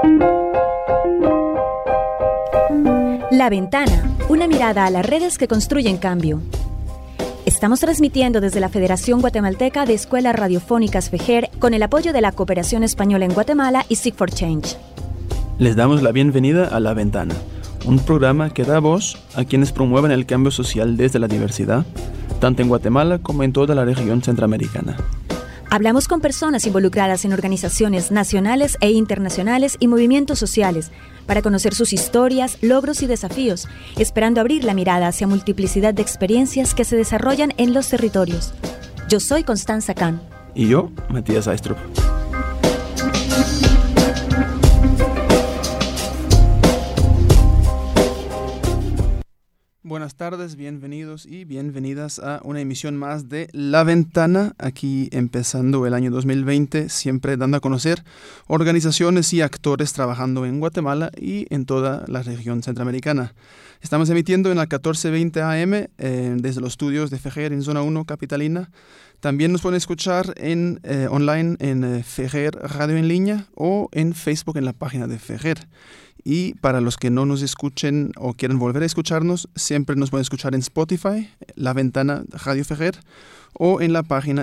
La Ventana, una mirada a las redes que construyen cambio. Estamos transmitiendo desde la Federación Guatemalteca de Escuelas Radiofónicas FEGER con el apoyo de la Cooperación Española en Guatemala y Seek for Change. Les damos la bienvenida a La Ventana, un programa que da voz a quienes promueven el cambio social desde la diversidad, tanto en Guatemala como en toda la región centroamericana. Hablamos con personas involucradas en organizaciones nacionales e internacionales y movimientos sociales para conocer sus historias, logros y desafíos, esperando abrir la mirada hacia multiplicidad de experiencias que se desarrollan en los territorios. Yo soy Constanza Kahn. Y yo, Matías Aistrup. Buenas tardes, bienvenidos y bienvenidas a una emisión más de La Ventana, aquí empezando el año 2020, siempre dando a conocer organizaciones y actores trabajando en Guatemala y en toda la región centroamericana. Estamos emitiendo en la 1420 AM desde los estudios de FEGER en Zona 1 Capitalina. También nos pueden escuchar online en FEGER Radio en Línea o en Facebook en la página de FEGER. Y para los que no nos escuchen o quieren volver a escucharnos, siempre nos pueden escuchar en Spotify, La Ventana Radio FEGER, o en la página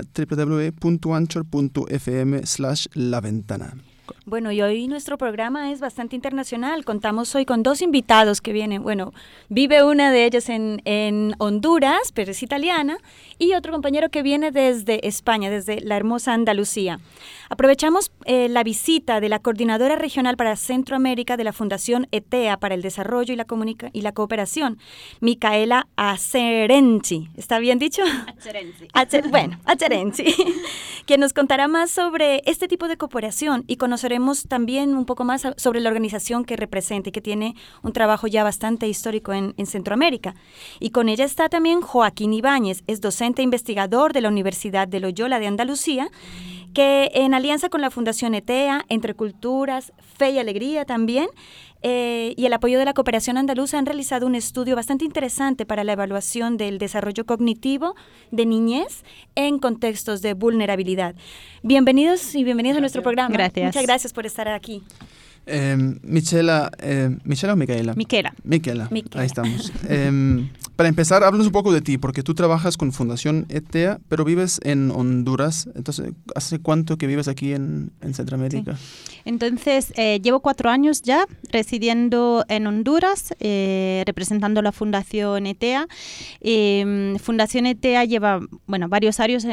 www.anchor.fm/laventana. Bueno, y hoy nuestro programa es bastante internacional. Contamos hoy con dos invitados que vienen. Bueno, vive una de ellas en Honduras, pero es italiana, y otro compañero que viene desde España, desde la hermosa Andalucía. Aprovechamos la visita de la Coordinadora Regional para Centroamérica de la Fundación ETEA para el Desarrollo y la Cooperación, Micaela Acerenzi. ¿Está bien dicho? Acerenzi. Acerenzi, quien nos contará más sobre este tipo de cooperación y conoceremos también un poco más sobre la organización que representa y que tiene un trabajo ya bastante histórico en Centroamérica. Y con ella está también Joaquín Ibáñez, es docente e investigador de la Universidad de Loyola de Andalucía, que en alianza con la Fundación ETEA, Entre Culturas, Fe y Alegría también, y el apoyo de la cooperación andaluza han realizado un estudio bastante interesante para la evaluación del desarrollo cognitivo de niñez en contextos de vulnerabilidad. Bienvenidos y bienvenidos a nuestro programa. Gracias. Muchas gracias por estar aquí. Michela o Micaela? Micaela, ahí estamos. Para empezar, háblanos un poco de ti, porque tú trabajas con Fundación ETEA, pero vives en Honduras. Entonces, ¿hace cuánto que vives aquí en Centroamérica? Sí. Entonces, llevo 4 años ya residiendo en Honduras, representando la Fundación ETEA. Fundación ETEA lleva varios años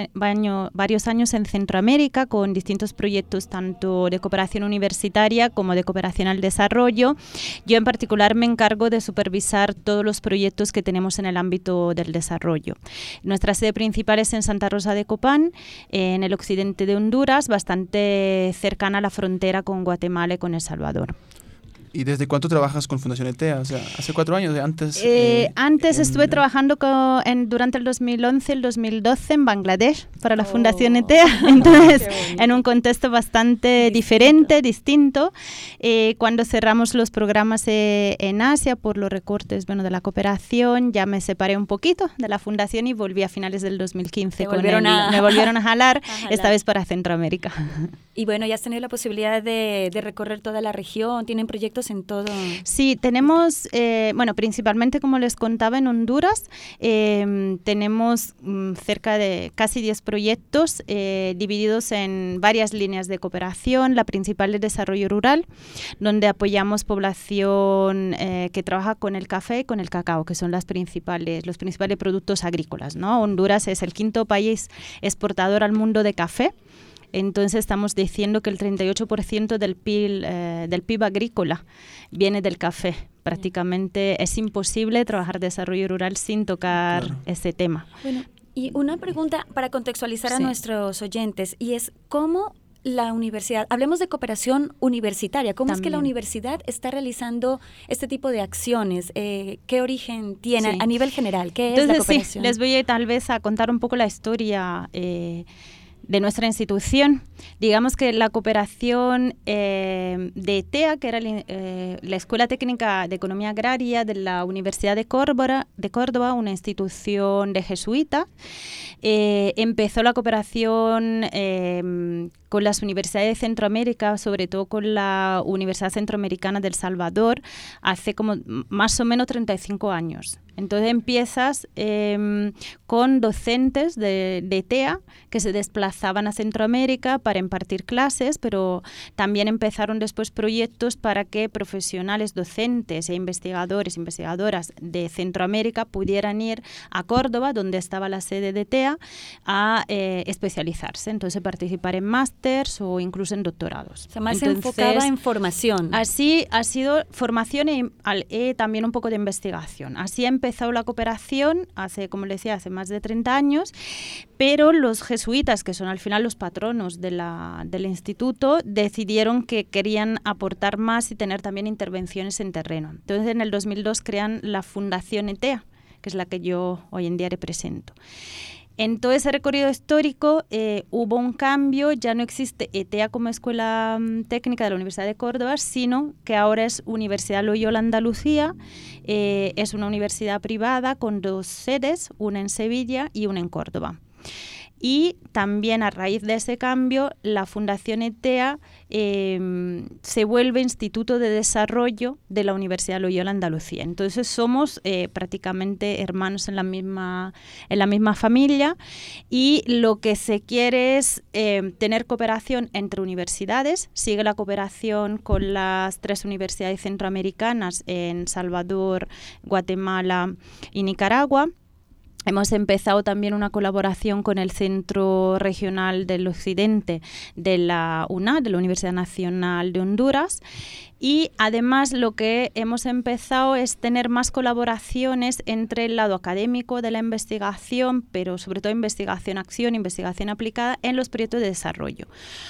en Centroamérica con distintos proyectos tanto de cooperación universitaria como de cooperación al desarrollo. Yo en particular me encargo de supervisar todos los proyectos que tenemos en el ámbito del desarrollo. Nuestra sede principal es en Santa Rosa de Copán, en el occidente de Honduras, bastante cercana a la frontera con Guatemala y con El Salvador. ¿Y desde cuánto trabajas con Fundación ETEA? O sea, ¿hace 4 años? Antes estuve trabajando durante el 2011 y el 2012 en Bangladesh para la Fundación ETEA, entonces en un contexto bastante distinto. Cuando cerramos los programas en Asia por los recortes de la cooperación, ya me separé un poquito de la Fundación y volví a finales del 2015. Me volvieron a jalar, esta vez para Centroamérica. Y bueno, ya has tenido la posibilidad de recorrer toda la región, tienen proyectos en todo. Sí, tenemos, principalmente como les contaba en Honduras, tenemos cerca de casi 10 proyectos divididos en varias líneas de cooperación. La principal es desarrollo rural, donde apoyamos población que trabaja con el café y con el cacao, que son los principales productos agrícolas, ¿no? Honduras es el 5º país exportador al mundo de café. Entonces estamos diciendo que el 38% del PIB agrícola viene del café. Prácticamente es imposible trabajar desarrollo rural sin tocar ese tema. Bueno, y una pregunta para contextualizar a nuestros oyentes, y es ¿cómo la universidad, hablemos de cooperación universitaria, cómo es que la universidad está realizando este tipo de acciones? ¿Qué origen tiene a nivel general? ¿Qué es la cooperación? Les voy tal vez a contar un poco la historia de nuestra institución. Digamos que la cooperación de ETEA, que era la Escuela Técnica de Economía Agraria de la Universidad de Córdoba, una institución de jesuitas, empezó la cooperación con las universidades de Centroamérica, sobre todo con la Universidad Centroamericana del Salvador, hace como más o menos 35 años. Entonces empiezas con docentes de TEA que se desplazaban a Centroamérica para impartir clases, pero también empezaron después proyectos para que profesionales docentes e investigadoras de Centroamérica pudieran ir a Córdoba, donde estaba la sede de TEA, a especializarse. Entonces participar en másters o incluso en doctorados. O sea, más enfocada en formación. Así ha sido formación y también un poco de investigación. Así empezó la cooperación como les decía, hace más de 30 años, pero los jesuitas, que son al final los patronos del instituto, decidieron que querían aportar más y tener también intervenciones en terreno. Entonces, en el 2002 crean la Fundación ETEA, que es la que yo hoy en día represento. En todo ese recorrido histórico hubo un cambio, ya no existe ETEA como escuela técnica de la Universidad de Córdoba, sino que ahora es Universidad Loyola Andalucía, es una universidad privada con 2 sedes, una en Sevilla y una en Córdoba. Y también a raíz de ese cambio, la Fundación ETEA se vuelve Instituto de Desarrollo de la Universidad Loyola Andalucía. Entonces somos prácticamente hermanos en la misma familia, y lo que se quiere es tener cooperación entre universidades. Sigue la cooperación con las 3 universidades centroamericanas en Salvador, Guatemala y Nicaragua. Hemos empezado también una colaboración con el Centro Regional del Occidente de la UNA, de la Universidad Nacional de Honduras. Y además lo que hemos empezado es tener más colaboraciones entre el lado académico de la investigación, pero sobre todo investigación-acción, investigación aplicada en los proyectos de desarrollo.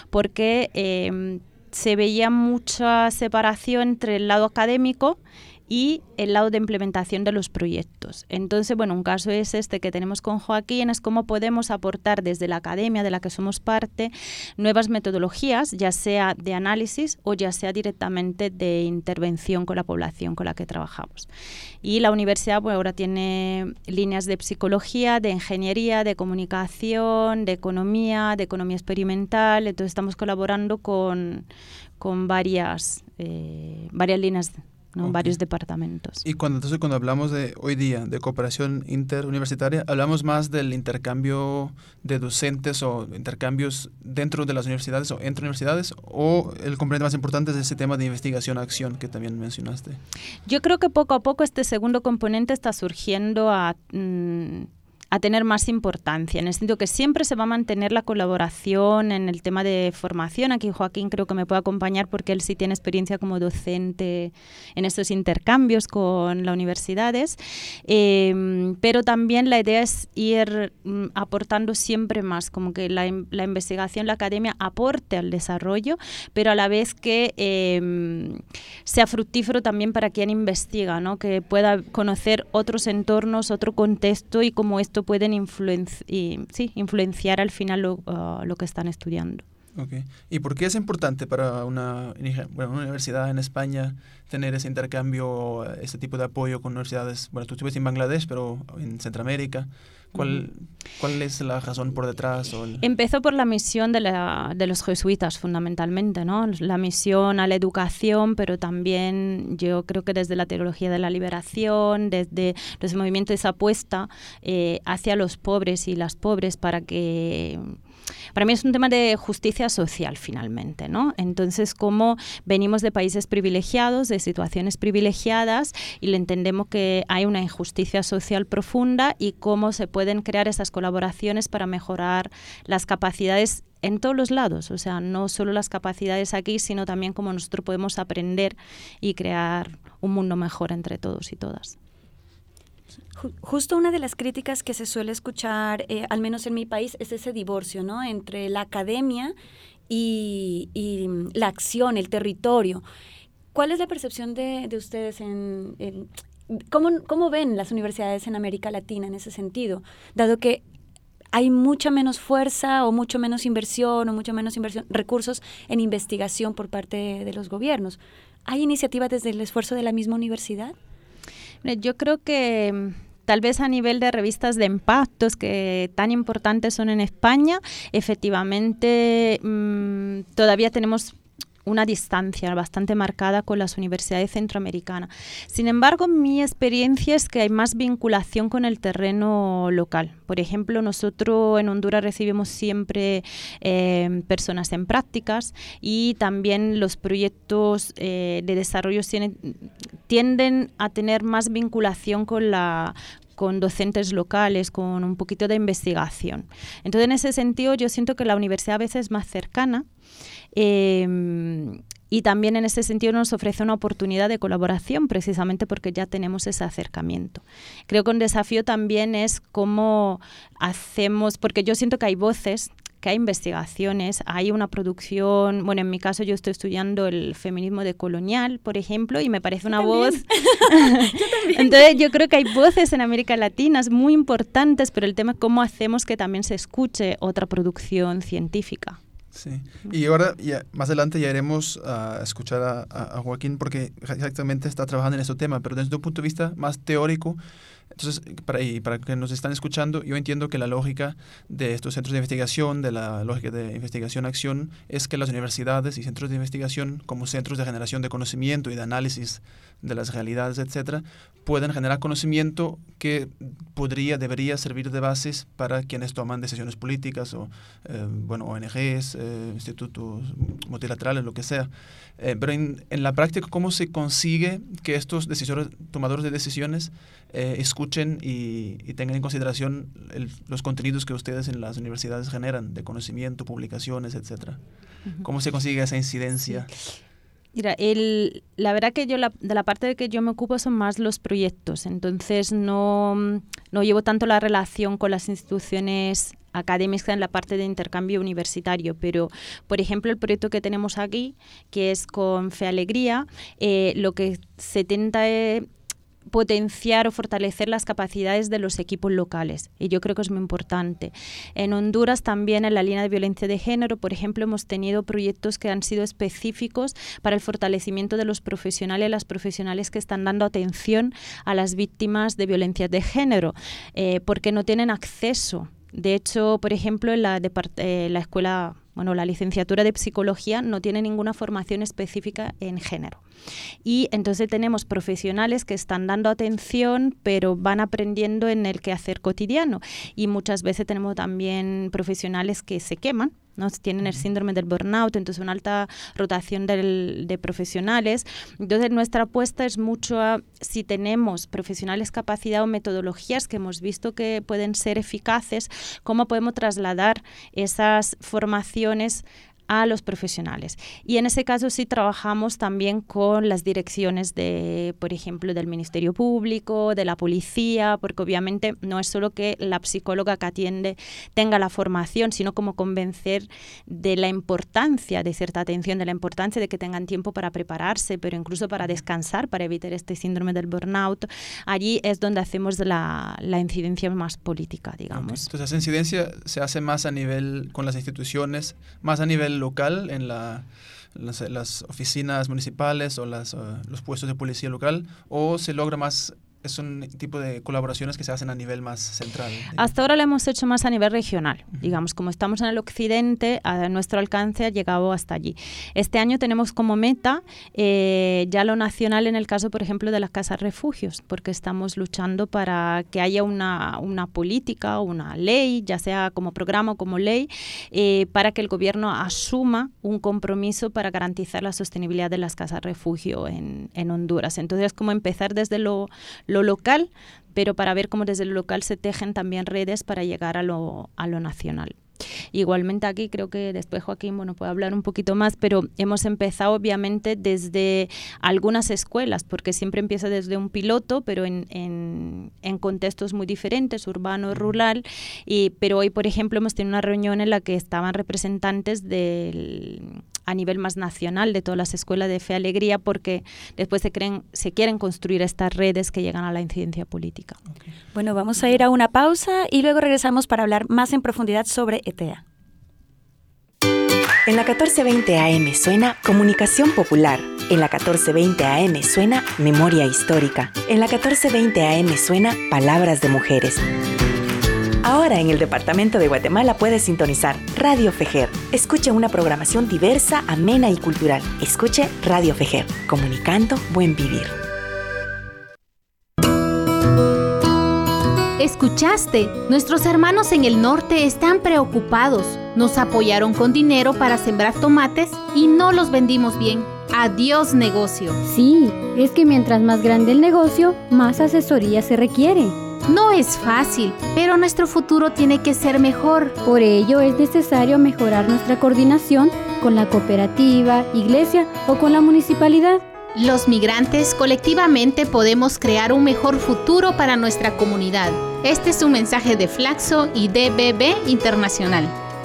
Porque se veía mucha separación entre el lado académico y el lado de implementación de los proyectos. Entonces, bueno, un caso es este que tenemos con Joaquín, es cómo podemos aportar desde la academia de la que somos parte nuevas metodologías, ya sea de análisis o ya sea directamente de intervención con la población con la que trabajamos. Y la universidad pues, ahora tiene líneas de psicología, de ingeniería, de comunicación, de economía experimental. Entonces estamos colaborando con varias líneas, ¿no? Okay. Varios departamentos. Y cuando hablamos de hoy día de cooperación interuniversitaria, hablamos más del intercambio de docentes o intercambios dentro de las universidades o entre universidades, o el componente más importante es ese tema de investigación-acción que también mencionaste. Yo creo que poco a poco este segundo componente está surgiendo a tener más importancia, en el sentido que siempre se va a mantener la colaboración en el tema de formación. Aquí Joaquín creo que me puede acompañar porque él sí tiene experiencia como docente en estos intercambios con las universidades, pero también la idea es ir aportando siempre más, como que la investigación, la academia aporte al desarrollo, pero a la vez que sea fructífero también para quien investiga, ¿no? Que pueda conocer otros entornos, otro contexto y cómo esto pueden influenciar al final lo que están estudiando. Okay. ¿Y por qué es importante para una universidad en España tener ese intercambio, este tipo de apoyo con universidades? Bueno, tú estuviste en Bangladesh, pero en Centroamérica. ¿Cuál es la razón por detrás? Empezó por la misión de los jesuitas, fundamentalmente, ¿no? La misión a la educación, pero también yo creo que desde la teología de la liberación, desde los movimientos, esa apuesta hacia los pobres y las pobres para mí es un tema de justicia social, finalmente, ¿no? Entonces, como venimos de países privilegiados, de situaciones privilegiadas, y le entendemos que hay una injusticia social profunda, y cómo se pueden crear esas colaboraciones para mejorar las capacidades en todos los lados, o sea, no solo las capacidades aquí, sino también cómo nosotros podemos aprender y crear un mundo mejor entre todos y todas. Justo una de las críticas que se suele escuchar, al menos en mi país, es ese divorcio, ¿no? Entre la academia y la acción, el territorio. ¿Cuál es la percepción de ustedes ¿cómo ven las universidades en América Latina en ese sentido? Dado que hay mucha menos fuerza o mucho menos inversión recursos en investigación por parte de los gobiernos. ¿Hay iniciativa desde el esfuerzo de la misma universidad? Yo creo que tal vez a nivel de revistas de impactos que tan importantes son en España, efectivamente todavía tenemos una distancia bastante marcada con las universidades centroamericanas. Sin embargo, mi experiencia es que hay más vinculación con el terreno local. Por ejemplo, nosotros en Honduras recibimos siempre personas en prácticas y también los proyectos de desarrollo tienden a tener más vinculación con docentes locales, con un poquito de investigación. Entonces, en ese sentido, yo siento que la universidad a veces es más cercana y también en ese sentido nos ofrece una oportunidad de colaboración precisamente porque ya tenemos ese acercamiento. Creo que un desafío también es cómo hacemos, porque yo siento que hay voces, que hay investigaciones, hay una producción, bueno, en mi caso yo estoy estudiando el feminismo decolonial, por ejemplo, y me parece una voz. Entonces yo creo que hay voces en América Latina muy importantes, pero el tema es cómo hacemos que también se escuche otra producción científica. Sí, y ahora más adelante ya iremos a escuchar a Joaquín porque exactamente está trabajando en este tema, pero desde un punto de vista más teórico. Entonces, para que nos están escuchando, yo entiendo que la lógica de estos centros de investigación, de la lógica de investigación-acción, es que las universidades y centros de investigación, como centros de generación de conocimiento y de análisis de las realidades, etcétera, pueden generar conocimiento que debería servir de bases para quienes toman decisiones políticas o, ONGs, institutos multilaterales, lo que sea. Pero en la práctica, ¿cómo se consigue que estos tomadores de decisiones escuchen y tengan en consideración los contenidos que ustedes en las universidades generan de conocimiento, publicaciones, etcétera? ¿Cómo se consigue esa incidencia? Sí. Mira, la verdad que de la parte de que yo me ocupo son más los proyectos, entonces no llevo tanto la relación con las instituciones académicas en la parte de intercambio universitario, pero por ejemplo el proyecto que tenemos aquí, que es con Fe Alegría, lo que se intenta es potenciar o fortalecer las capacidades de los equipos locales, y yo creo que es muy importante. En Honduras también, en la línea de violencia de género, por ejemplo, hemos tenido proyectos que han sido específicos para el fortalecimiento de los profesionales y las profesionales que están dando atención a las víctimas de violencia de género, porque no tienen acceso. De hecho, por ejemplo, en la escuela, la licenciatura de psicología no tiene ninguna formación específica en género. Y entonces tenemos profesionales que están dando atención, pero van aprendiendo en el quehacer cotidiano. Y muchas veces tenemos también profesionales que se queman, ¿no? Tienen el síndrome del burnout, entonces una alta rotación de profesionales. Entonces nuestra apuesta es mucho a si tenemos profesionales capacidad o metodologías que hemos visto que pueden ser eficaces, cómo podemos trasladar esas formaciones a los profesionales. Y en ese caso sí trabajamos también con las direcciones por ejemplo, del Ministerio Público, de la Policía, porque obviamente no es solo que la psicóloga que atiende tenga la formación, sino como convencer de la importancia de cierta atención, de la importancia de que tengan tiempo para prepararse, pero incluso para descansar, para evitar este síndrome del burnout. Allí es donde hacemos la incidencia más política, digamos. Okay. Entonces, esa incidencia se hace más a nivel con las instituciones, más a nivel local en las oficinas municipales o los puestos de policía local, o se logra más. Es un tipo de colaboraciones que se hacen a nivel más central. Digamos. Hasta ahora lo hemos hecho más a nivel regional. Digamos, como estamos en el occidente, a nuestro alcance ha llegado hasta allí. Este año tenemos como meta ya lo nacional en el caso, por ejemplo, de las casas refugios, porque estamos luchando para que haya una política o una ley, ya sea como programa o como ley, para que el gobierno asuma un compromiso para garantizar la sostenibilidad de las casas refugio en Honduras. Entonces, es como empezar desde lo local, pero para ver cómo desde lo local se tejen también redes para llegar a lo nacional. Igualmente aquí creo que después Joaquín puede hablar un poquito más, pero hemos empezado obviamente desde algunas escuelas, porque siempre empieza desde un piloto, pero en contextos muy diferentes, urbano, rural, pero hoy, por ejemplo, hemos tenido una reunión en la que estaban representantes a nivel más nacional de todas las escuelas de Fe Alegría, porque después se quieren construir estas redes que llegan a la incidencia política. Okay. Bueno, vamos a ir a una pausa y luego regresamos para hablar más en profundidad sobre ETEA. En la 1420 AM suena Comunicación Popular. En la 1420 AM suena Memoria Histórica. En la 1420 AM suena Palabras de Mujeres. Ahora en el departamento de Guatemala puedes sintonizar Radio Fejer. Escuche una programación diversa, amena y cultural. Escuche Radio Fejer, comunicando buen vivir. ¿Escuchaste? Nuestros hermanos en el norte están preocupados. Nos apoyaron con dinero para sembrar tomates y no los vendimos bien. Adiós, negocio. Sí, es que mientras más grande el negocio, más asesoría se requiere. No es fácil, pero nuestro futuro tiene que ser mejor. Por ello es necesario mejorar nuestra coordinación con la cooperativa, iglesia o con la municipalidad. Los migrantes colectivamente podemos crear un mejor futuro para nuestra comunidad. Este es un mensaje de Flaxo y DBB Internacional.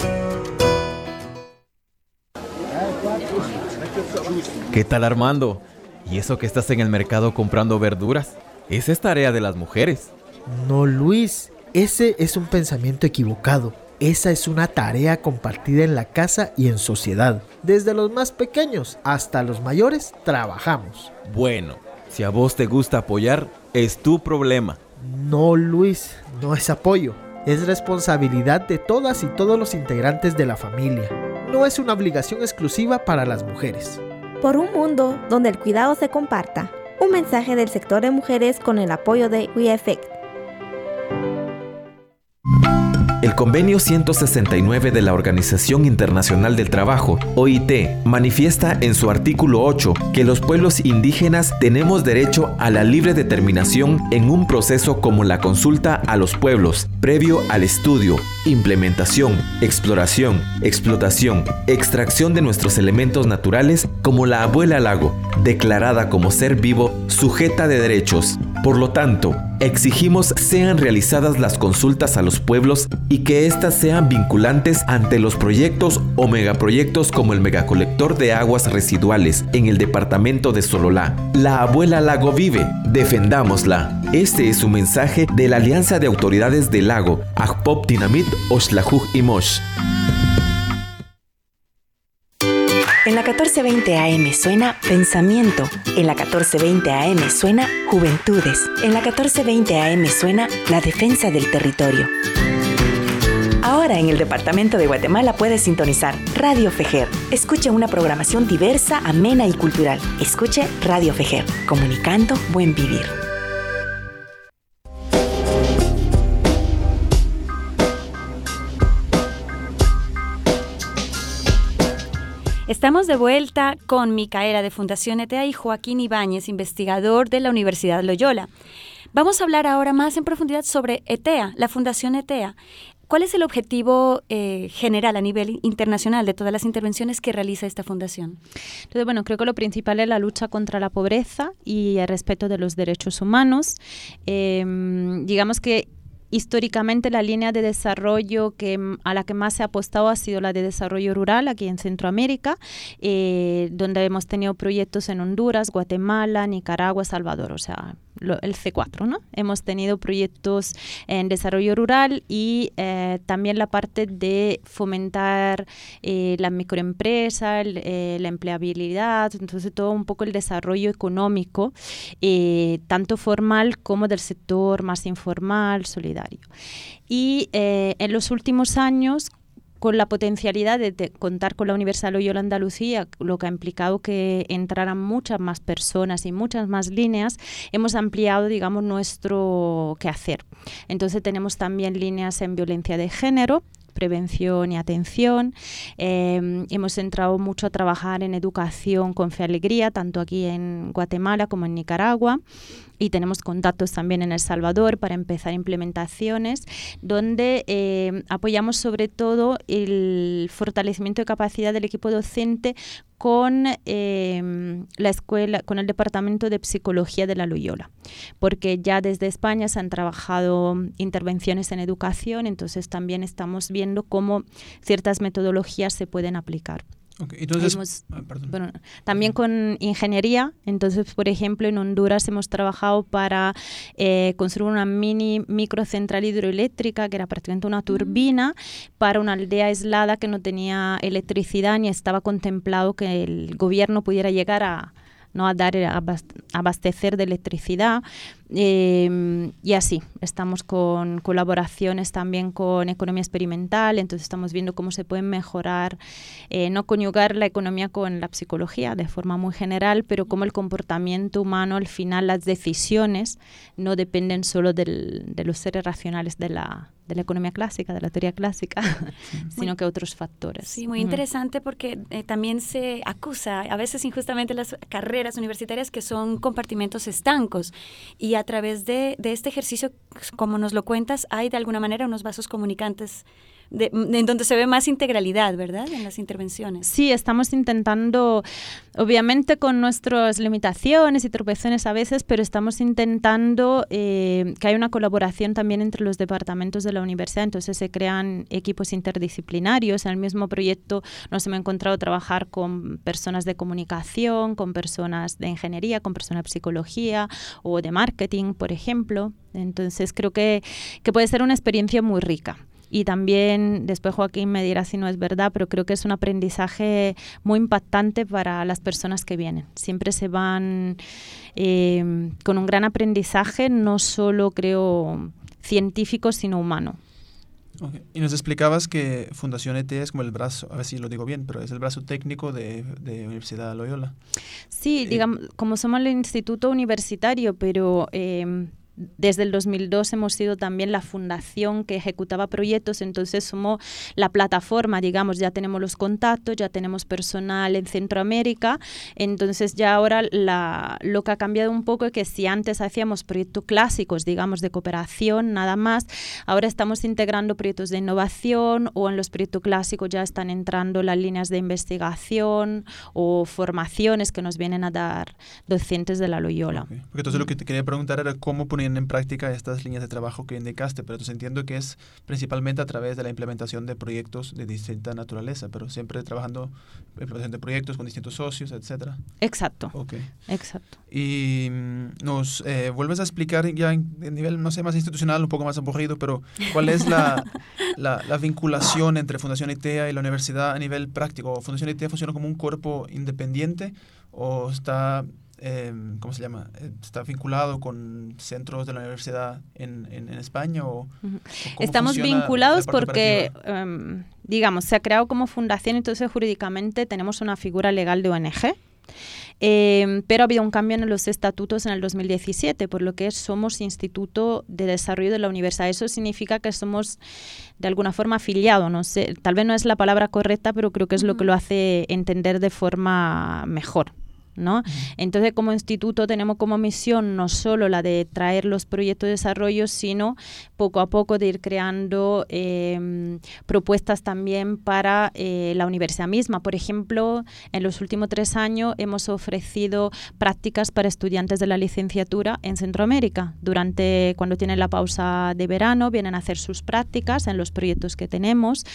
¿Qué tal, Armando? ¿Y eso que estás en el mercado comprando verduras? Esa es tarea de las mujeres. No, Luis, ese es un pensamiento equivocado. Esa es una tarea compartida en la casa y en sociedad. Desde los más pequeños hasta los mayores trabajamos. Bueno, si a vos te gusta apoyar, es tu problema. No, Luis, no es apoyo. Es responsabilidad de todas y todos los integrantes de la familia. No es una obligación exclusiva para las mujeres. Por un mundo donde el cuidado se comparta. Un mensaje del sector de mujeres con el apoyo de WeEffect. El Convenio 169 de la Organización Internacional del Trabajo, OIT, manifiesta en su artículo 8 que los pueblos indígenas tenemos derecho a la libre determinación en un proceso como la consulta a los pueblos, previo al estudio, implementación, exploración, explotación, extracción de nuestros elementos naturales como la abuela lago, declarada como ser vivo, sujeta de derechos. Por lo tanto, exigimos sean realizadas las consultas a los pueblos y que éstas sean vinculantes ante los proyectos o megaproyectos como el megacolector de aguas residuales en el departamento de Sololá. La abuela lago vive, defendámosla. Este es un mensaje de la Alianza de Autoridades del Lago, Ajpop Dinamit Oxlajuj y Mosh. En la 1420 AM suena Pensamiento. En la 1420 AM suena Juventudes. En la 1420 AM suena La Defensa del Territorio. Ahora en el departamento de Guatemala puedes sintonizar Radio Fejer. Escuche una programación diversa, amena y cultural. Escuche Radio Fejer, comunicando buen vivir. Estamos de vuelta con Micaela de Fundación ETEA y Joaquín Ibáñez, investigador de la Universidad Loyola. Vamos a hablar ahora más en profundidad sobre ETEA, la Fundación ETEA. ¿Cuál es el objetivo general a nivel internacional de todas las intervenciones que realiza esta fundación? Entonces, bueno, creo que lo principal es la lucha contra la pobreza y el respeto de los derechos humanos. Digamos que históricamente la línea de desarrollo a la que más se ha apostado ha sido la de desarrollo rural aquí en Centroamérica, donde hemos tenido proyectos en Honduras, Guatemala, Nicaragua, Salvador, o sea, el C4, ¿no? Hemos tenido proyectos en desarrollo rural y también la parte de fomentar la microempresa, la empleabilidad, entonces todo un poco el desarrollo económico, tanto formal como del sector más informal, solidario. Y en los últimos años, con la potencialidad de contar con la Universidad Loyola Andalucía, lo que ha implicado que entraran muchas más personas y muchas más líneas, hemos ampliado, digamos, nuestro quehacer. Entonces tenemos también líneas en violencia de género, prevención y atención. Hemos entrado mucho a trabajar en educación con Fe y Alegría, tanto aquí en Guatemala como en Nicaragua. Y tenemos contactos también en El Salvador para empezar implementaciones, donde apoyamos sobre todo el fortalecimiento de capacidad del equipo docente con la escuela, con el Departamento de Psicología de la Loyola, porque ya desde España se han trabajado intervenciones en educación, entonces también estamos viendo cómo ciertas metodologías se pueden aplicar. Okay, entonces, bueno, también con ingeniería. Entonces, por ejemplo, en Honduras hemos trabajado para construir una microcentral hidroeléctrica, que era prácticamente una turbina, para una aldea aislada que no tenía electricidad ni estaba contemplado que el gobierno pudiera llegar a abastecer de electricidad. Y así, estamos con colaboraciones también con economía experimental, entonces estamos viendo cómo se puede mejorar, no conyugar la economía con la psicología de forma muy general, pero cómo el comportamiento humano, al final las decisiones no dependen solo de los seres racionales de la economía clásica, de la teoría clásica, sino que otros factores. Sí, muy interesante porque también se acusa a veces injustamente las carreras universitarias que son compartimentos estancos, y a través de este ejercicio, como nos lo cuentas, hay de alguna manera unos vasos comunicantes en donde se ve más integralidad, ¿verdad?, en las intervenciones. Sí, estamos intentando, obviamente con nuestras limitaciones y tropezones a veces, pero estamos intentando que haya una colaboración también entre los departamentos de la universidad. Entonces se crean equipos interdisciplinarios. En el mismo proyecto nos hemos encontrado trabajar con personas de comunicación, con personas de ingeniería, con personas de psicología o de marketing, por ejemplo. Entonces creo que puede ser una experiencia muy rica. Y también, después Joaquín me dirá si no es verdad, pero creo que es un aprendizaje muy impactante para las personas que vienen. Siempre se van con un gran aprendizaje, no solo creo científico, sino humano. Okay. Y nos explicabas que Fundación ET es como el brazo, a ver si lo digo bien, pero es el brazo técnico de Universidad Loyola. Sí, digamos, como somos el instituto universitario, pero desde el 2002 hemos sido también la fundación que ejecutaba proyectos, entonces somos la plataforma, digamos, ya tenemos los contactos, ya tenemos personal en Centroamérica, entonces ya ahora lo que ha cambiado un poco es que si antes hacíamos proyectos clásicos, digamos, de cooperación, nada más, ahora estamos integrando proyectos de innovación, o en los proyectos clásicos ya están entrando las líneas de investigación o formaciones que nos vienen a dar docentes de la Loyola. Okay. Porque entonces lo que te quería preguntar era cómo ponían en práctica estas líneas de trabajo que indicaste, pero entonces entiendo que es principalmente a través de la implementación de proyectos de distinta naturaleza, pero siempre trabajando en implementación de proyectos con distintos socios, etcétera. Exacto. Okay. Exacto. Y nos vuelves a explicar ya en nivel, no sé, más institucional, un poco más aburrido, pero ¿cuál es la vinculación entre Fundación ITEA y la universidad a nivel práctico? ¿Fundación ITEA funciona como un cuerpo independiente o está ¿cómo se llama? ¿Está vinculado con centros de la universidad en España? ¿O estamos vinculados porque, digamos, se ha creado como fundación, entonces jurídicamente tenemos una figura legal de ONG. Pero ha habido un cambio en los estatutos en el 2017, por lo que somos Instituto de Desarrollo de la Universidad. Eso significa que somos de alguna forma afiliados, no sé, tal vez no es la palabra correcta, pero creo que es lo que lo hace entender de forma mejor, ¿no? Entonces, como instituto tenemos como misión no solo la de traer los proyectos de desarrollo, sino poco a poco de ir creando propuestas también para la universidad misma. Por ejemplo, en los últimos 3 años hemos ofrecido prácticas para estudiantes de la licenciatura en Centroamérica. Cuando tienen la pausa de verano, vienen a hacer sus prácticas en los proyectos que tenemos.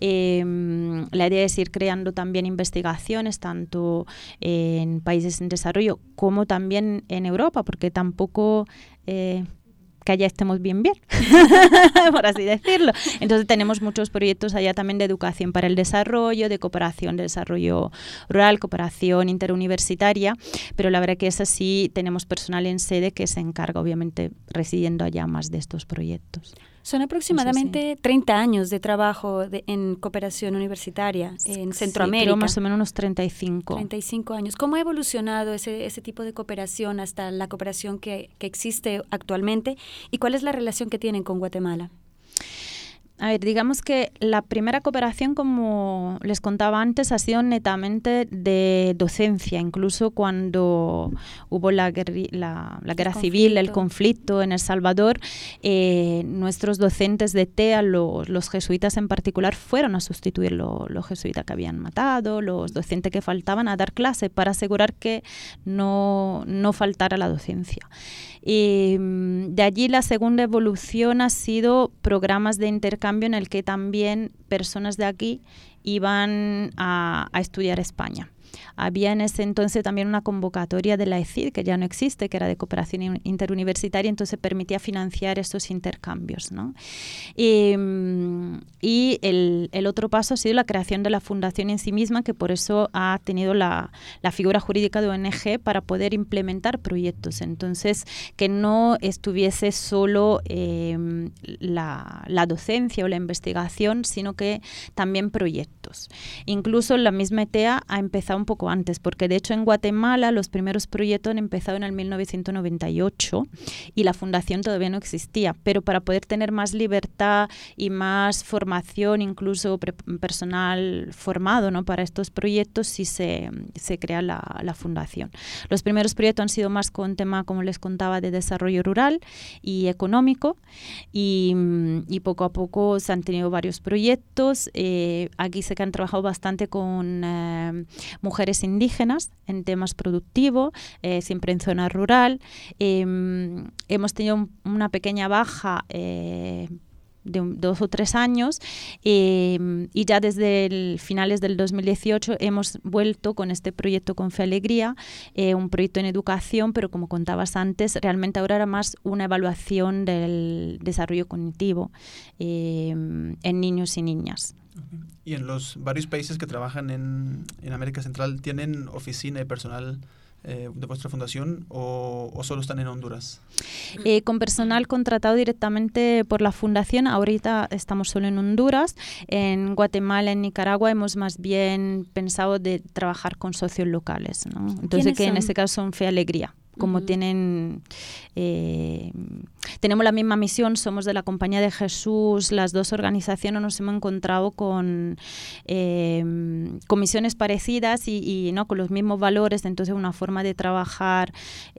La idea es ir creando también investigaciones, tanto en países en desarrollo como también en Europa, porque tampoco que allá estemos bien, por así decirlo. Entonces tenemos muchos proyectos allá también de educación para el desarrollo, de cooperación de desarrollo rural, cooperación interuniversitaria, pero la verdad que es así, tenemos personal en sede que se encarga, obviamente, residiendo allá más de estos proyectos. Son aproximadamente 30 años de trabajo en cooperación universitaria en Centroamérica. Sí, creo más o menos unos 35. 35 años. ¿Cómo ha evolucionado ese tipo de cooperación hasta la cooperación que existe actualmente? ¿Y cuál es la relación que tienen con Guatemala? A ver, digamos que la primera cooperación, como les contaba antes, ha sido netamente de docencia. Incluso cuando hubo la guerra civil, el conflicto en El Salvador, nuestros docentes de TEA, los jesuitas en particular, fueron a sustituir los jesuitas que habían matado, los docentes que faltaban, a dar clase para asegurar que no faltara la docencia. Y de allí la segunda evolución ha sido programas de intercambio intercambio en el que también personas de aquí iban a estudiar a España. Había en ese entonces también una convocatoria de la ECID, que ya no existe, que era de cooperación interuniversitaria, entonces permitía financiar estos intercambios, ¿no? Y el otro paso ha sido la creación de la fundación en sí misma, que por eso ha tenido la figura jurídica de ONG para poder implementar proyectos. Entonces, que no estuviese solo la docencia o la investigación, sino que también proyectos. Incluso la misma ETEA ha empezado un poco antes, porque de hecho en Guatemala los primeros proyectos han empezado en el 1998 y la fundación todavía no existía, pero para poder tener más libertad y más formación, incluso personal formado, ¿no?, para estos proyectos, sí se crea la fundación. Los primeros proyectos han sido más con tema, como les contaba, de desarrollo rural y económico, y poco a poco se han tenido varios proyectos. Aquí sé que han trabajado bastante con mujeres indígenas en temas productivos, siempre en zona rural. Hemos tenido una pequeña baja de 2 o 3 años y ya desde finales del 2018 hemos vuelto con este proyecto Con Fe Alegría, un proyecto en educación, pero como contabas antes, realmente ahora era más una evaluación del desarrollo cognitivo en niños y niñas. ¿Y en los varios países que trabajan en América Central tienen oficina y personal de vuestra fundación o solo están en Honduras? Con personal contratado directamente por la fundación, ahorita estamos solo en Honduras. En Guatemala, en Nicaragua hemos más bien pensado de trabajar con socios locales, ¿no? Entonces, que en ese caso son Fe Alegría. Como tenemos la misma misión, somos de la Compañía de Jesús, las dos organizaciones nos hemos encontrado con misiones parecidas y ¿no?, con los mismos valores, entonces una forma de trabajar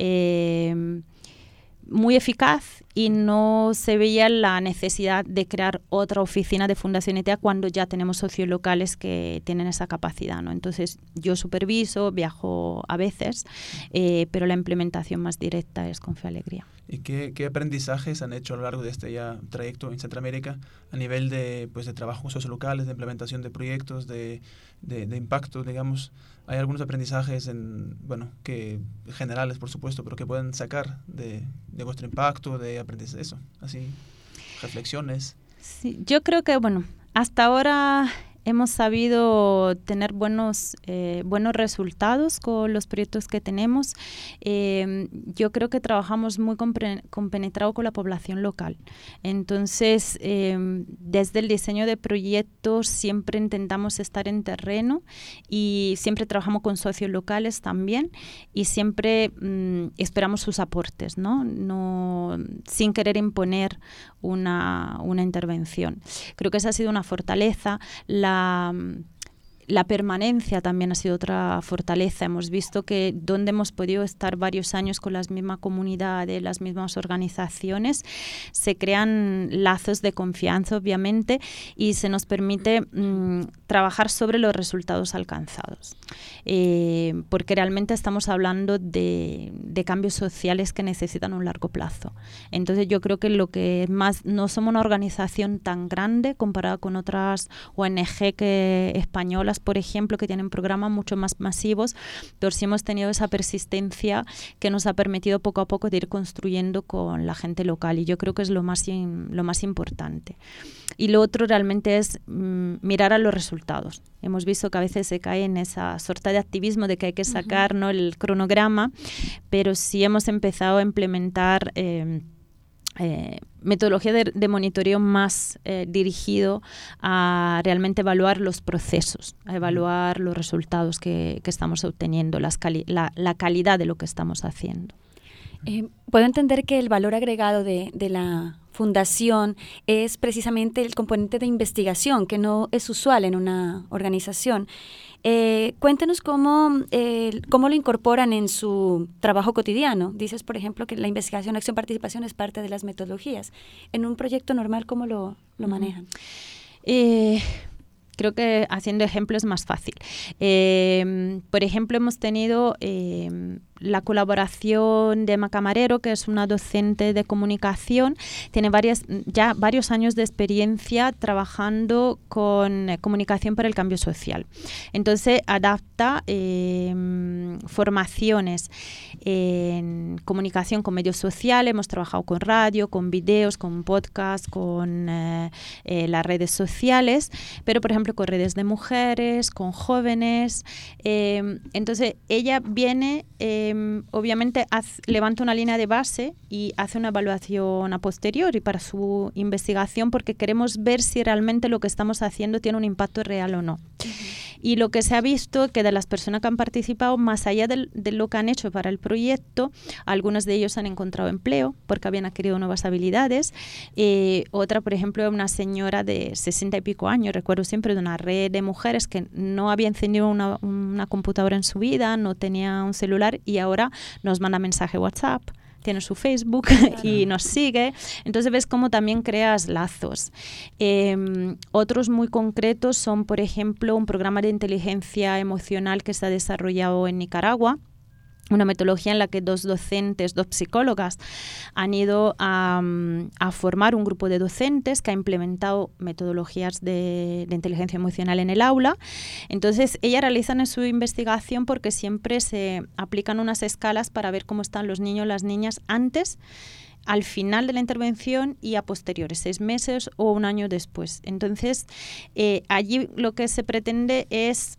muy eficaz, y no se veía la necesidad de crear otra oficina de Fundación ETEA cuando ya tenemos socios locales que tienen esa capacidad, ¿no? Entonces yo superviso, viajo a veces, pero la implementación más directa es Con Fe Alegría. ¿Y qué aprendizajes han hecho a lo largo de este ya trayecto en Centroamérica a nivel de trabajo con socios locales, de implementación de proyectos, de impacto, digamos? ¿Hay algunos aprendizajes que generales, por supuesto, pero que pueden sacar de vuestro impacto, de aprendizaje, eso, así, reflexiones? Sí, yo creo que, hasta ahora hemos sabido tener buenos resultados con los proyectos que tenemos. Yo creo que trabajamos muy compenetrado con la población local. Entonces, desde el diseño de proyectos siempre intentamos estar en terreno y siempre trabajamos con socios locales también, y siempre esperamos sus aportes, ¿no? Sin querer imponer una intervención. Creo que esa ha sido una fortaleza. La permanencia también ha sido otra fortaleza. Hemos visto que donde hemos podido estar varios años con las mismas comunidades, las mismas organizaciones, se crean lazos de confianza, obviamente, y se nos permite trabajar sobre los resultados alcanzados. Porque realmente estamos hablando de cambios sociales que necesitan un largo plazo. Entonces yo creo que lo que más, no somos una organización tan grande comparada con otras ONG españolas, por ejemplo, que tienen programas mucho más masivos, pero sí hemos tenido esa persistencia que nos ha permitido poco a poco de ir construyendo con la gente local, y yo creo que es lo más importante. Y lo otro realmente es mirar a los resultados. Hemos visto que a veces se cae en esa sorta de activismo de que hay que sacar, ¿no?, el cronograma, pero sí hemos empezado a implementar metodología de monitoreo más dirigido a realmente evaluar los procesos, a evaluar los resultados que estamos obteniendo, la calidad de lo que estamos haciendo. Puedo entender que el valor agregado de la fundación es precisamente el componente de investigación, que no es usual en una organización. Cuéntenos cómo lo incorporan en su trabajo cotidiano. Dices, por ejemplo, que la investigación, acción, participación es parte de las metodologías. En un proyecto normal, ¿cómo lo manejan? Creo que haciendo ejemplo es más fácil. Por ejemplo, hemos tenido la colaboración de Emma Camarero, que es una docente de comunicación, tiene ya varios años de experiencia trabajando con comunicación para el cambio social. Entonces adapta formaciones en comunicación con medios sociales, hemos trabajado con radio, con videos, con podcast, con las redes sociales, pero por ejemplo con redes de mujeres, con jóvenes. Entonces ella viene, obviamente levanta una línea de base y hace una evaluación a posteriori para su investigación, porque queremos ver si realmente lo que estamos haciendo tiene un impacto real o no. Y lo que se ha visto que de las personas que han participado, más allá de lo que han hecho para el proyecto, algunos de ellos han encontrado empleo porque habían adquirido nuevas habilidades. Otra, por ejemplo, una señora de 60 y pico años, recuerdo siempre, de una red de mujeres que no había encendido una computadora en su vida, no tenía un celular y ahora nos manda mensaje WhatsApp, tiene su Facebook y nos sigue. Entonces ves cómo también creas lazos. Otros muy concretos son, por ejemplo, un programa de inteligencia emocional que se ha desarrollado en Nicaragua, una metodología en la que dos psicólogas han ido a formar un grupo de docentes que ha implementado metodologías de inteligencia emocional en el aula. Entonces, ellas realizan en su investigación porque siempre se aplican unas escalas para ver cómo están los niños y las niñas antes, al final de la intervención y a posteriores, 6 meses o un año después. Entonces, allí lo que se pretende es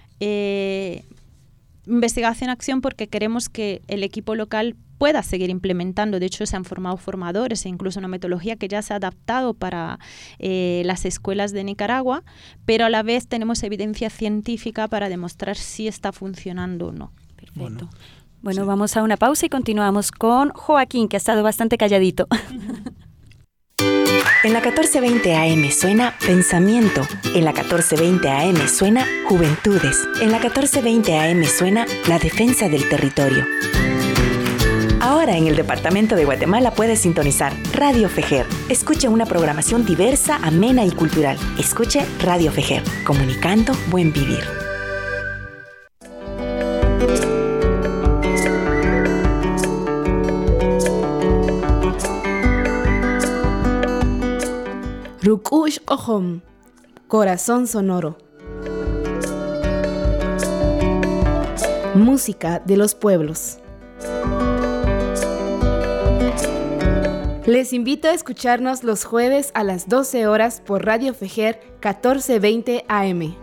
investigación-acción, porque queremos que el equipo local pueda seguir implementando. De hecho, se han formado formadores e incluso una metodología que ya se ha adaptado para las escuelas de Nicaragua, pero a la vez tenemos evidencia científica para demostrar si está funcionando o no. Perfecto. Bueno, sí. Vamos a una pausa y continuamos con Joaquín, que ha estado bastante calladito. En la 1420 AM suena Pensamiento. En la 1420 AM suena Juventudes. En la 1420 AM suena La Defensa del Territorio. Ahora en el departamento de Guatemala puedes sintonizar Radio Fejer. Escuche una programación diversa, amena y cultural. Escuche Radio Fejer, comunicando buen vivir. Rukush Ohom, Corazón Sonoro. Música de los pueblos. Les invito a escucharnos los jueves a las 12 horas por Radio Fejer 1420 AM.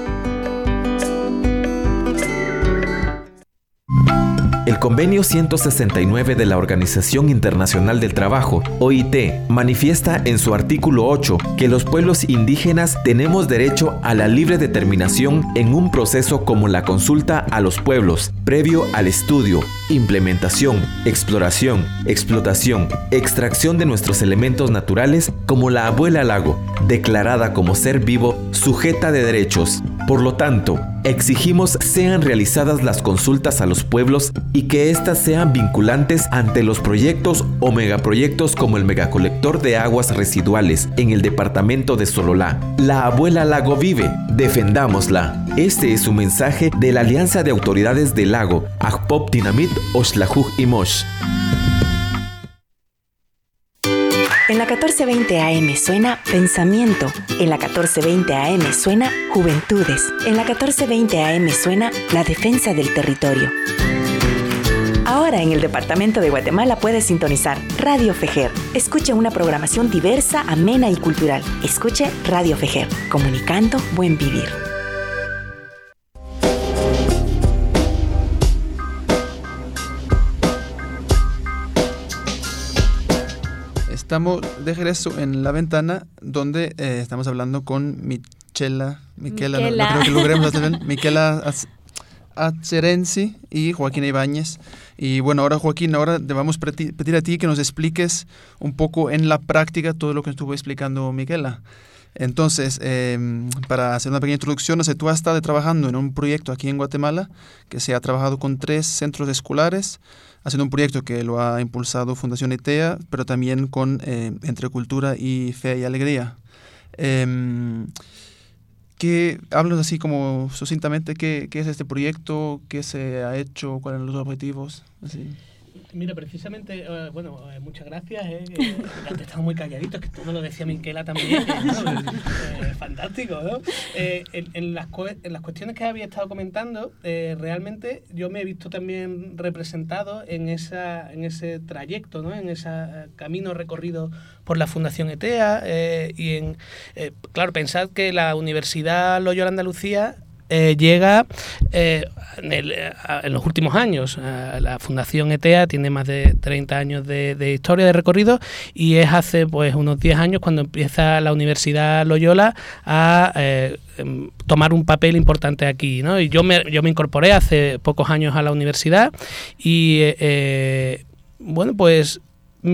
El Convenio 169 de la Organización Internacional del Trabajo, OIT, manifiesta en su artículo 8 que los pueblos indígenas tenemos derecho a la libre determinación en un proceso como la consulta a los pueblos, previo al estudio, implementación, exploración, explotación, extracción de nuestros elementos naturales, como la abuela lago, declarada como ser vivo, sujeta de derechos. Por lo tanto, exigimos sean realizadas las consultas a los pueblos y que éstas sean vinculantes ante los proyectos o megaproyectos como el megacolector de aguas residuales en el departamento de Sololá. La abuela lago vive, defendámosla. Este es un mensaje de la Alianza de Autoridades del Lago, Ajpop Dinamit Oxlajuj y Mosh. En la 1420 AM suena Pensamiento. En la 1420 AM suena Juventudes. En la 1420 AM suena La Defensa del Territorio. Ahora en el departamento de Guatemala puedes sintonizar Radio Fejer. Escuche una programación diversa, amena y cultural. Escuche Radio Fejer, comunicando buen vivir. Estamos de regreso en La Ventana, donde estamos hablando con Michela, no creo que logremos hacer bien, Michela Atzerenzi y Joaquín Ibáñez. Y bueno, ahora Joaquín, te vamos a pedir a ti que nos expliques un poco en la práctica todo lo que estuvo explicando Michela. Entonces, para hacer una pequeña introducción, tú has estado trabajando en un proyecto aquí en Guatemala que se ha trabajado con 3 centros escolares, haciendo un proyecto que lo ha impulsado Fundación ITEA, pero también con Entre Cultura y Fe y Alegría. ¿Qué Háblanos así como sucintamente, ¿qué es este proyecto? ¿Qué se ha hecho? ¿Cuáles son los objetivos? Así. Mira, precisamente, muchas gracias. Antes estaba muy calladito, es que todo lo decía Miquela también. Fantástico, ¿no? En las cuestiones que había estado comentando, realmente yo me he visto también representado en ese trayecto, ¿no? En ese camino recorrido por la Fundación ETEA. Claro, pensad que la Universidad Loyola Andalucía llega en los últimos años. La Fundación ETEA tiene más de 30 años de historia de recorrido, y es hace pues unos 10 años cuando empieza la Universidad Loyola a tomar un papel importante aquí, ¿no? Y yo me incorporé hace pocos años a la universidad y pues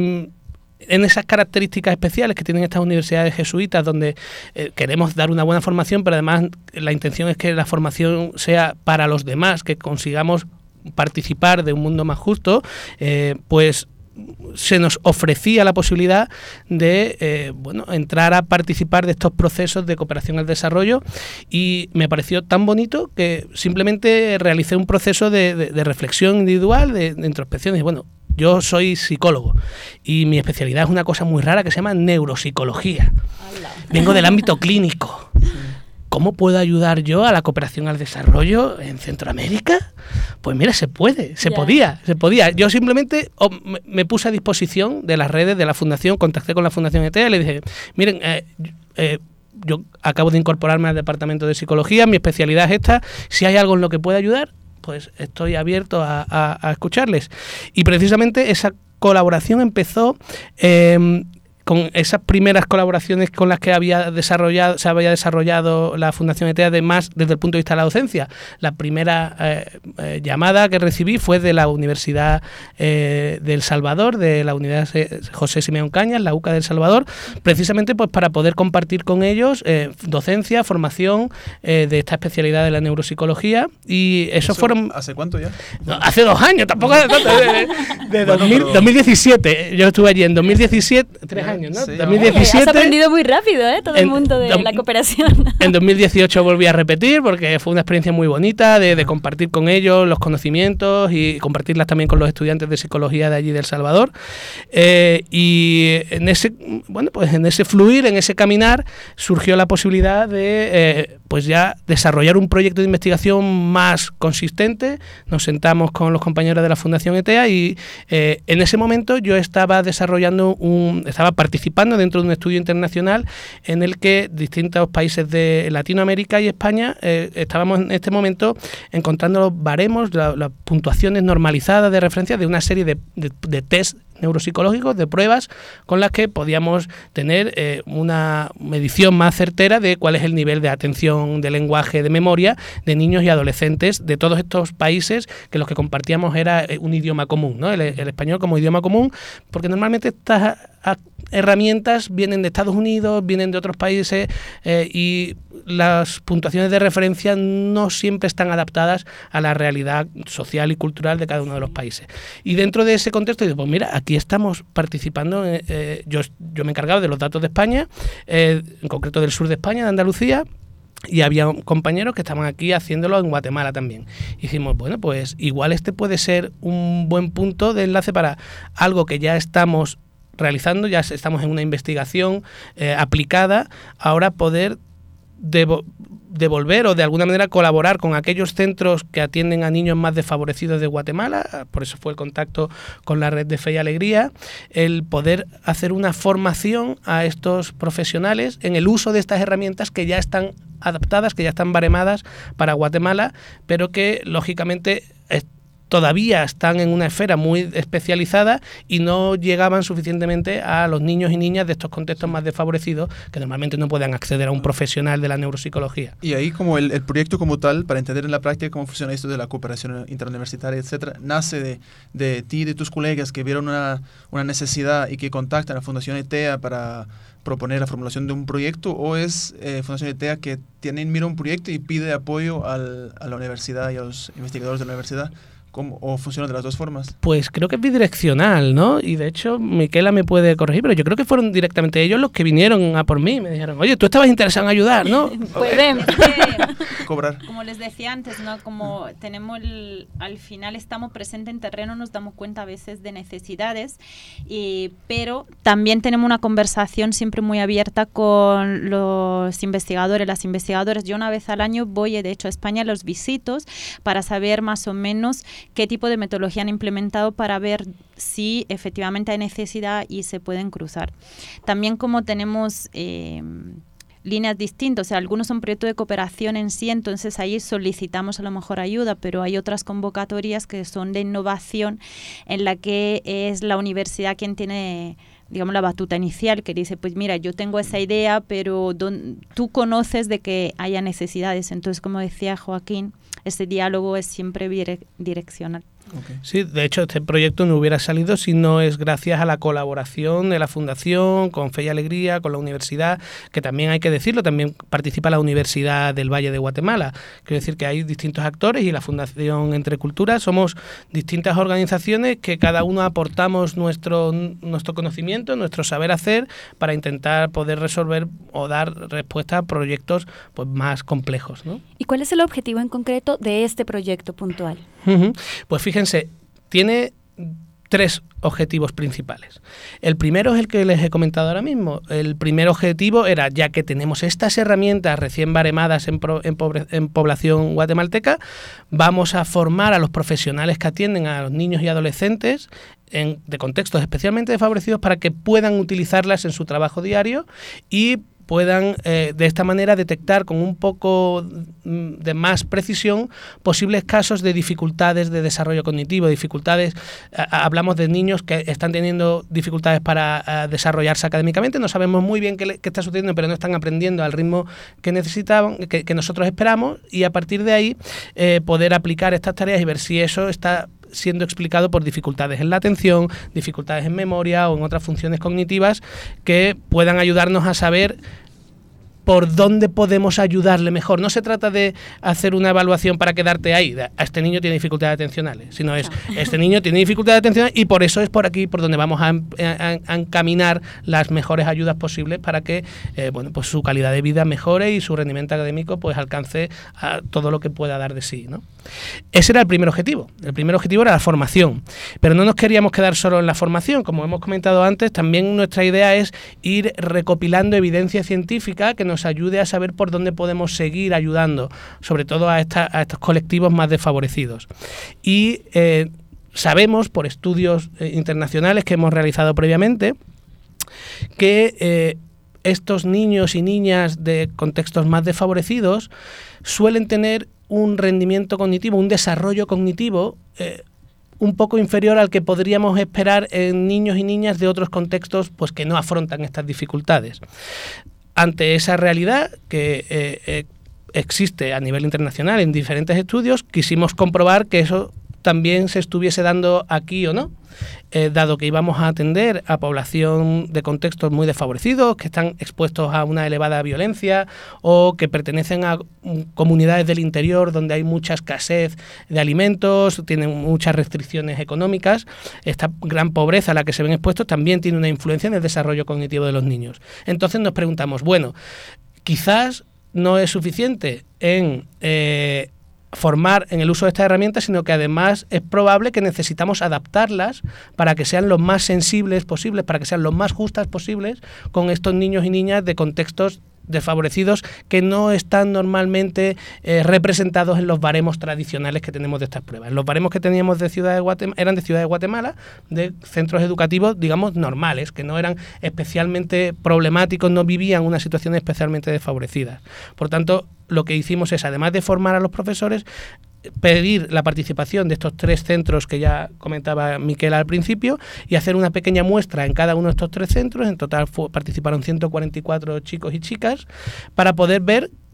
en esas características especiales que tienen estas universidades jesuitas, donde queremos dar una buena formación, pero además la intención es que la formación sea para los demás, que consigamos participar de un mundo más justo, pues se nos ofrecía la posibilidad de entrar a participar de estos procesos de cooperación al desarrollo, y me pareció tan bonito que simplemente realicé un proceso de reflexión individual, de introspección, y bueno, yo soy psicólogo y mi especialidad es una cosa muy rara que se llama neuropsicología. Vengo del ámbito clínico. ¿Cómo puedo ayudar yo a la cooperación al desarrollo en Centroamérica? Pues mira, se podía. Yo simplemente me puse a disposición de las redes de la Fundación, contacté con la Fundación ETEA y le dije, miren, yo acabo de incorporarme al departamento de psicología, mi especialidad es esta, si hay algo en lo que pueda ayudar, pues estoy abierto a escucharles. Y precisamente esa colaboración empezó con esas primeras colaboraciones con las que se había desarrollado la Fundación ETEA, además desde el punto de vista de la docencia. La primera llamada que recibí fue de la Universidad de El Salvador, de la Unidad José Simeón Cañas, la UCA de El Salvador, precisamente pues para poder compartir con ellos docencia, formación de esta especialidad de la neuropsicología. Y ¿Eso fueron... ¿Hace cuánto ya? No, hace 2 años, tampoco hace tanto. De 2017. Yo estuve allí en 2017, 3 años. ¿No? Sí, 2017. Has aprendido muy rápido, todo el mundo de la cooperación. En 2018 volví a repetir porque fue una experiencia muy bonita de compartir con ellos los conocimientos y compartirlas también con los estudiantes de psicología de allí de El Salvador. Y en ese fluir, en ese caminar, surgió la posibilidad de ya desarrollar un proyecto de investigación más consistente. Nos sentamos con los compañeros de la Fundación ETEA y en ese momento yo estaba participando dentro de un estudio internacional en el que distintos países de Latinoamérica y España estábamos en este momento encontrando los baremos, las puntuaciones normalizadas de referencia de una serie de test neuropsicológicos, de pruebas con las que podíamos tener una medición más certera de cuál es el nivel de atención, de lenguaje, de memoria de niños y adolescentes de todos estos países, que los que compartíamos era un idioma común, ¿no? El español como idioma común, porque normalmente estas herramientas vienen de Estados Unidos, vienen de otros países y las puntuaciones de referencia no siempre están adaptadas a la realidad social y cultural de cada uno de los países. Y dentro de ese contexto, digo, pues mira, aquí estamos participando, yo me he encargado de los datos de España, en concreto del sur de España, de Andalucía, y había compañeros que estaban aquí haciéndolo en Guatemala también. Y dijimos, bueno, pues igual este puede ser un buen punto de enlace para algo que ya estamos realizando, ya estamos en una investigación aplicada, ahora poder devolver o de alguna manera colaborar con aquellos centros que atienden a niños más desfavorecidos de Guatemala. Por eso fue el contacto con la red de Fe y Alegría, el poder hacer una formación a estos profesionales en el uso de estas herramientas que ya están adaptadas, que ya están baremadas para Guatemala, pero que lógicamente todavía están en una esfera muy especializada y no llegaban suficientemente a los niños y niñas de estos contextos más desfavorecidos, que normalmente no puedan acceder a un profesional de la neuropsicología. Y ahí como el proyecto como tal, para entender en la práctica cómo funciona esto de la cooperación interuniversitaria, etcétera, nace de ti, de tus colegas que vieron una necesidad y que contactan a la Fundación ETEA para proponer la formulación de un proyecto, o es Fundación ETEA que mira un proyecto y pide apoyo a la universidad y a los investigadores de la universidad. ¿O funciona de las dos formas? Pues creo que es bidireccional, ¿no? Y de hecho, Miquela me puede corregir, pero yo creo que fueron directamente ellos los que vinieron a por mí. Me dijeron, oye, tú estabas interesado en ayudar, ¿no? Pueden. Cobrar. Como les decía antes, ¿no? Como tenemos al final estamos presentes en terreno, nos damos cuenta a veces de necesidades, pero también tenemos una conversación siempre muy abierta con los investigadores, las investigadoras. Yo una vez al año voy, de hecho, a España, los visito para saber más o menos qué tipo de metodología han implementado para ver si efectivamente hay necesidad y se pueden cruzar. También como tenemos líneas distintas, o sea, algunos son proyectos de cooperación en sí, entonces ahí solicitamos a lo mejor ayuda, pero hay otras convocatorias que son de innovación en la que es la universidad quien tiene, digamos, la batuta inicial, que dice, pues mira, yo tengo esa idea, pero tú conoces de que haya necesidades. Entonces, como decía Joaquín, este diálogo es siempre direccional. Okay. Sí, de hecho este proyecto no hubiera salido si no es gracias a la colaboración de la Fundación, con Fe y Alegría, con la universidad, que también hay que decirlo, también participa la Universidad del Valle de Guatemala. Quiero decir que hay distintos actores y la Fundación Entre Culturas somos distintas organizaciones que cada uno aportamos nuestro conocimiento, nuestro saber hacer para intentar poder resolver o dar respuesta a proyectos pues más complejos, ¿no? ¿Y cuál es el objetivo en concreto de este proyecto puntual? Pues fíjense, tiene 3 objetivos principales. El primero es el que les he comentado ahora mismo. El primer objetivo era, ya que tenemos estas herramientas recién baremadas en población guatemalteca, vamos a formar a los profesionales que atienden a los niños y adolescentes de contextos especialmente desfavorecidos para que puedan utilizarlas en su trabajo diario y puedan de esta manera detectar con un poco de más precisión posibles casos de dificultades de desarrollo cognitivo, dificultades, hablamos de niños que están teniendo dificultades para desarrollarse académicamente, no sabemos muy bien qué está sucediendo, pero no están aprendiendo al ritmo que necesitaban, que nosotros esperamos, y a partir de ahí poder aplicar estas tareas y ver si eso está siendo explicado por dificultades en la atención, dificultades en memoria o en otras funciones cognitivas que puedan ayudarnos a saber por dónde podemos ayudarle mejor. No se trata de hacer una evaluación para quedarte ahí, a este niño tiene dificultades atencionales, sino es, este niño tiene dificultades atencionales y por eso es por aquí por donde vamos a encaminar las mejores ayudas posibles para que pues su calidad de vida mejore y su rendimiento académico pues alcance a todo lo que pueda dar de sí, ¿no? Ese era el primer objetivo. El primer objetivo era la formación, pero no nos queríamos quedar solo en la formación. Como hemos comentado antes, también nuestra idea es ir recopilando evidencia científica que nos ayude a saber por dónde podemos seguir ayudando, sobre todo a estos colectivos más desfavorecidos. Y sabemos, por estudios internacionales que hemos realizado previamente, que estos niños y niñas de contextos más desfavorecidos suelen tener un rendimiento cognitivo, un desarrollo cognitivo un poco inferior al que podríamos esperar en niños y niñas de otros contextos pues que no afrontan estas dificultades. Ante esa realidad que existe a nivel internacional en diferentes estudios, quisimos comprobar que eso también se estuviese dando aquí o no, dado que íbamos a atender a población de contextos muy desfavorecidos, que están expuestos a una elevada violencia o que pertenecen a comunidades del interior donde hay mucha escasez de alimentos, tienen muchas restricciones económicas. Esta gran pobreza a la que se ven expuestos también tiene una influencia en el desarrollo cognitivo de los niños. Entonces nos preguntamos, bueno, quizás no es suficiente en formar en el uso de estas herramientas, sino que además es probable que necesitamos adaptarlas para que sean lo más sensibles posibles, para que sean lo más justas posibles con estos niños y niñas de contextos desfavorecidos que no están normalmente representados en los baremos tradicionales que tenemos de estas pruebas. Los baremos que teníamos de Ciudad de Guatemala eran de Ciudad de Guatemala, de centros educativos, digamos, normales, que no eran especialmente problemáticos, no vivían una situación especialmente desfavorecida. Por tanto, lo que hicimos es, además de formar a los profesores, pedir la participación de estos 3 centros que ya comentaba Miquel al principio y hacer una pequeña muestra en cada uno de estos 3 centros. En total participaron 144 chicos y chicas para poder ver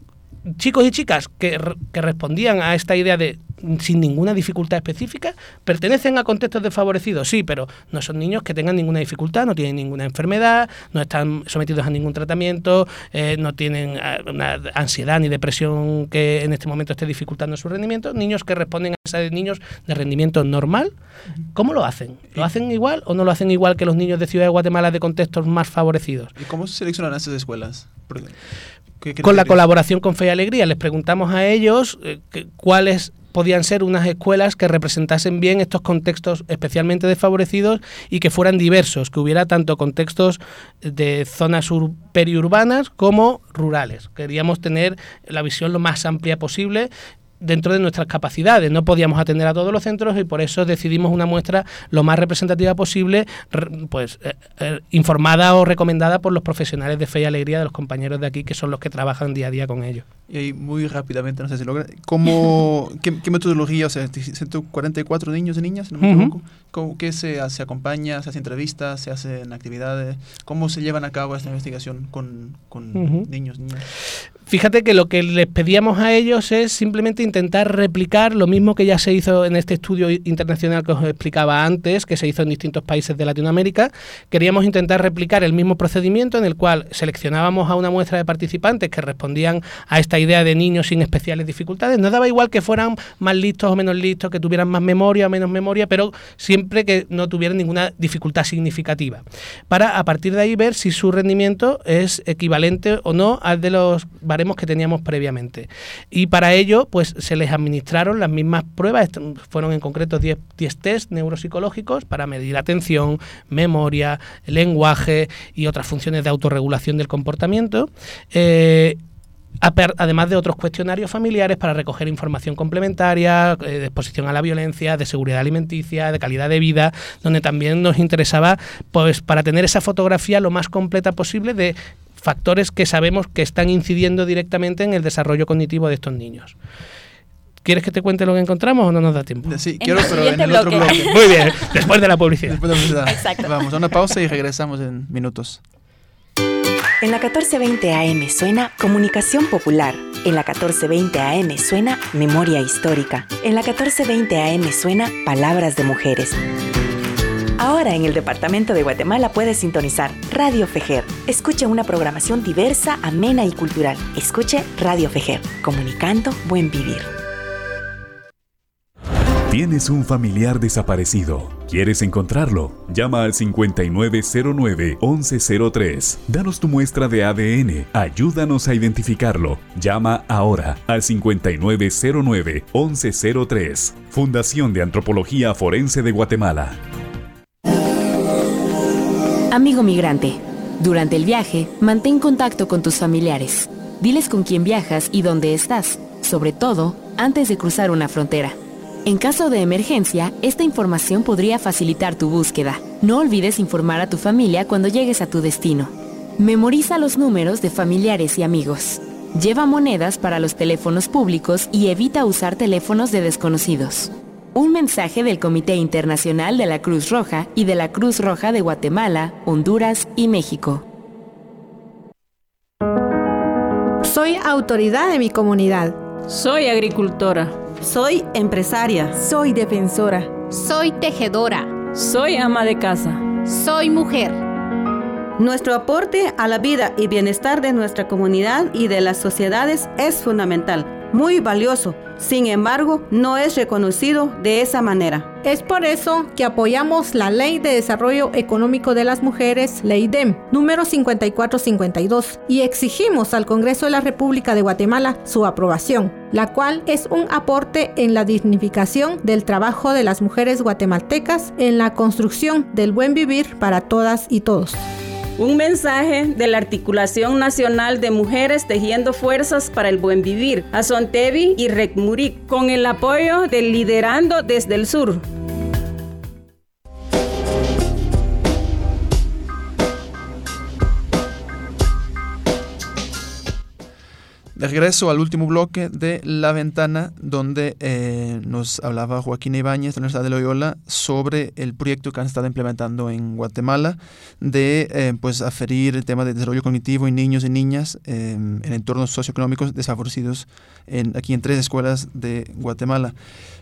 chicos y chicas que respondían a esta idea de sin ninguna dificultad específica, ¿pertenecen a contextos desfavorecidos? Sí, pero no son niños que tengan ninguna dificultad, no tienen ninguna enfermedad, no están sometidos a ningún tratamiento, no tienen una ansiedad ni depresión que en este momento esté dificultando su rendimiento. Niños que responden a esa de niños de rendimiento normal. ¿Cómo lo hacen? ¿Lo hacen igual o no lo hacen igual que los niños de Ciudad de Guatemala de contextos más favorecidos? ¿Y cómo se seleccionan esas escuelas? Con la colaboración con Fe y Alegría les preguntamos a ellos cuáles podían ser unas escuelas que representasen bien estos contextos especialmente desfavorecidos y que fueran diversos, que hubiera tanto contextos de zonas periurbanas como rurales. Queríamos tener la visión lo más amplia posible dentro de nuestras capacidades. No podíamos atender a todos los centros y por eso decidimos una muestra lo más representativa posible, informada o recomendada por los profesionales de Fe y Alegría, de los compañeros de aquí, que son los que trabajan día a día con ellos. Y ahí muy rápidamente, no sé si logra, ¿qué metodología? O sea, 144 niños y niñas, no me equivoco. ¿Qué se acompaña? ¿Se hace entrevistas? ¿Se hacen actividades? ¿Cómo se llevan a cabo esta investigación con niños, niñas? Fíjate que lo que les pedíamos a ellos es simplemente intentar replicar lo mismo que ya se hizo en este estudio internacional que os explicaba antes, que se hizo en distintos países de Latinoamérica. Queríamos intentar replicar el mismo procedimiento en el cual seleccionábamos a una muestra de participantes que respondían a esta idea de niños sin especiales dificultades. Nos daba igual que fueran más listos o menos listos, que tuvieran más memoria o menos memoria, pero siempre que no tuvieran ninguna dificultad significativa. Para, a partir de ahí, ver si su rendimiento es equivalente o no al de los baremos que teníamos previamente. Y para ello, pues se les administraron las mismas pruebas, fueron en concreto 10 test neuropsicológicos para medir atención, memoria, lenguaje y otras funciones de autorregulación del comportamiento, además de otros cuestionarios familiares para recoger información complementaria, de exposición a la violencia, de seguridad alimenticia, de calidad de vida, donde también nos interesaba, pues, para tener esa fotografía lo más completa posible de factores que sabemos que están incidiendo directamente en el desarrollo cognitivo de estos niños. ¿Quieres que te cuente lo que encontramos o no nos da tiempo? Sí, quiero, pero en el otro bloque. Muy bien, después de la publicidad. Después de la publicidad. Exacto. Vamos a una pausa y regresamos en minutos. En la 1420 AM suena Comunicación Popular. En la 1420 AM suena Memoria Histórica. En la 1420 AM suena Palabras de Mujeres. Ahora en el departamento de Guatemala puedes sintonizar Radio Fejer. Escuche una programación diversa, amena y cultural. Escuche Radio Fejer, comunicando buen vivir. ¿Tienes un familiar desaparecido? ¿Quieres encontrarlo? Llama al 5909-1103. Danos tu muestra de ADN. Ayúdanos a identificarlo. Llama ahora al 5909-1103. Fundación de Antropología Forense de Guatemala. Amigo migrante, durante el viaje, mantén contacto con tus familiares. Diles con quién viajas y dónde estás, sobre todo antes de cruzar una frontera. En caso de emergencia, esta información podría facilitar tu búsqueda. No olvides informar a tu familia cuando llegues a tu destino. Memoriza los números de familiares y amigos. Lleva monedas para los teléfonos públicos y evita usar teléfonos de desconocidos. Un mensaje del Comité Internacional de la Cruz Roja y de la Cruz Roja de Guatemala, Honduras y México. Soy autoridad de mi comunidad. Soy agricultora. Soy empresaria. Soy defensora. Soy tejedora. Soy ama de casa. Soy mujer. Nuestro aporte a la vida y bienestar de nuestra comunidad y de las sociedades es fundamental, muy valioso. Sin embargo, no es reconocido de esa manera. Es por eso que apoyamos la Ley de Desarrollo Económico de las Mujeres, Ley DEM, número 5452, y exigimos al Congreso de la República de Guatemala su aprobación, la cual es un aporte en la dignificación del trabajo de las mujeres guatemaltecas en la construcción del buen vivir para todas y todos. Un mensaje de la Articulación Nacional de Mujeres Tejiendo Fuerzas para el Buen Vivir, Azontevi y Recmuric, con el apoyo de Liderando desde el Sur. De De regreso al último bloque de La Ventana, donde nos hablaba Joaquín Ibáñez de la Universidad de Loyola sobre el proyecto que han estado implementando en Guatemala de pues aferir el tema de desarrollo cognitivo en niños y niñas en entornos socioeconómicos desfavorecidos aquí en 3 escuelas de Guatemala.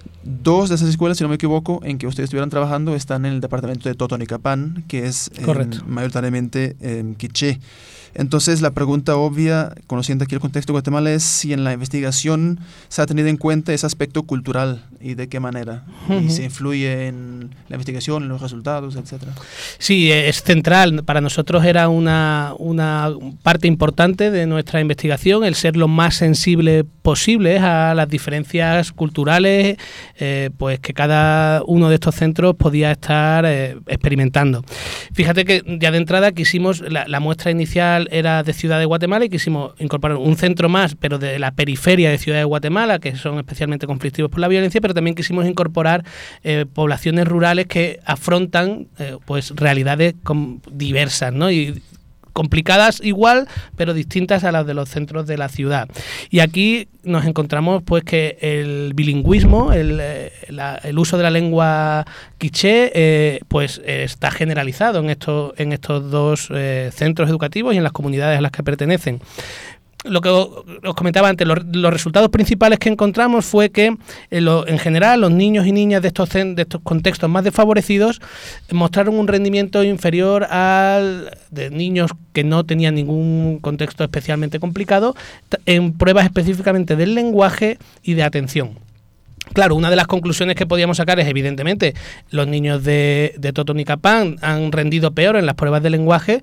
2 de esas escuelas, si no me equivoco, en que ustedes estuvieran trabajando están en el departamento de Totonicapán, que es mayoritariamente quiché. Entonces, la pregunta obvia, conociendo aquí el contexto de Guatemala, es si en la investigación se ha tenido en cuenta ese aspecto cultural y de qué manera, y se influye en la investigación, en los resultados, etcétera. Sí, es central. Para nosotros era una parte importante de nuestra investigación el ser lo más sensible posible a las diferencias culturales pues que cada uno de estos centros podía estar experimentando. Fíjate que ya de entrada quisimos, la muestra inicial era de Ciudad de Guatemala y quisimos incorporar un centro más, pero de la periferia de Ciudad de Guatemala, que son especialmente conflictivos por la violencia, pero también quisimos incorporar poblaciones rurales que afrontan pues realidades diversas, ¿no? Y complicadas igual, pero distintas a las de los centros de la ciudad. Y aquí nos encontramos pues que el bilingüismo, el uso de la lengua quiché, pues está generalizado en estos 2 centros educativos y en las comunidades a las que pertenecen. Lo que os comentaba antes, los resultados principales que encontramos fue que en general los niños y niñas de estos contextos más desfavorecidos mostraron un rendimiento inferior al de niños que no tenían ningún contexto especialmente complicado en pruebas específicamente del lenguaje y de atención. Claro, una de las conclusiones que podíamos sacar es, evidentemente, los niños de Totonicapán han rendido peor en las pruebas de lenguaje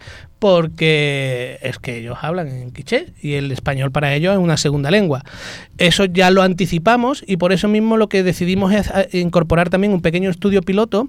porque es que ellos hablan en quiché y el español para ellos es una segunda lengua. Eso ya lo anticipamos y por eso mismo lo que decidimos es incorporar también un pequeño estudio piloto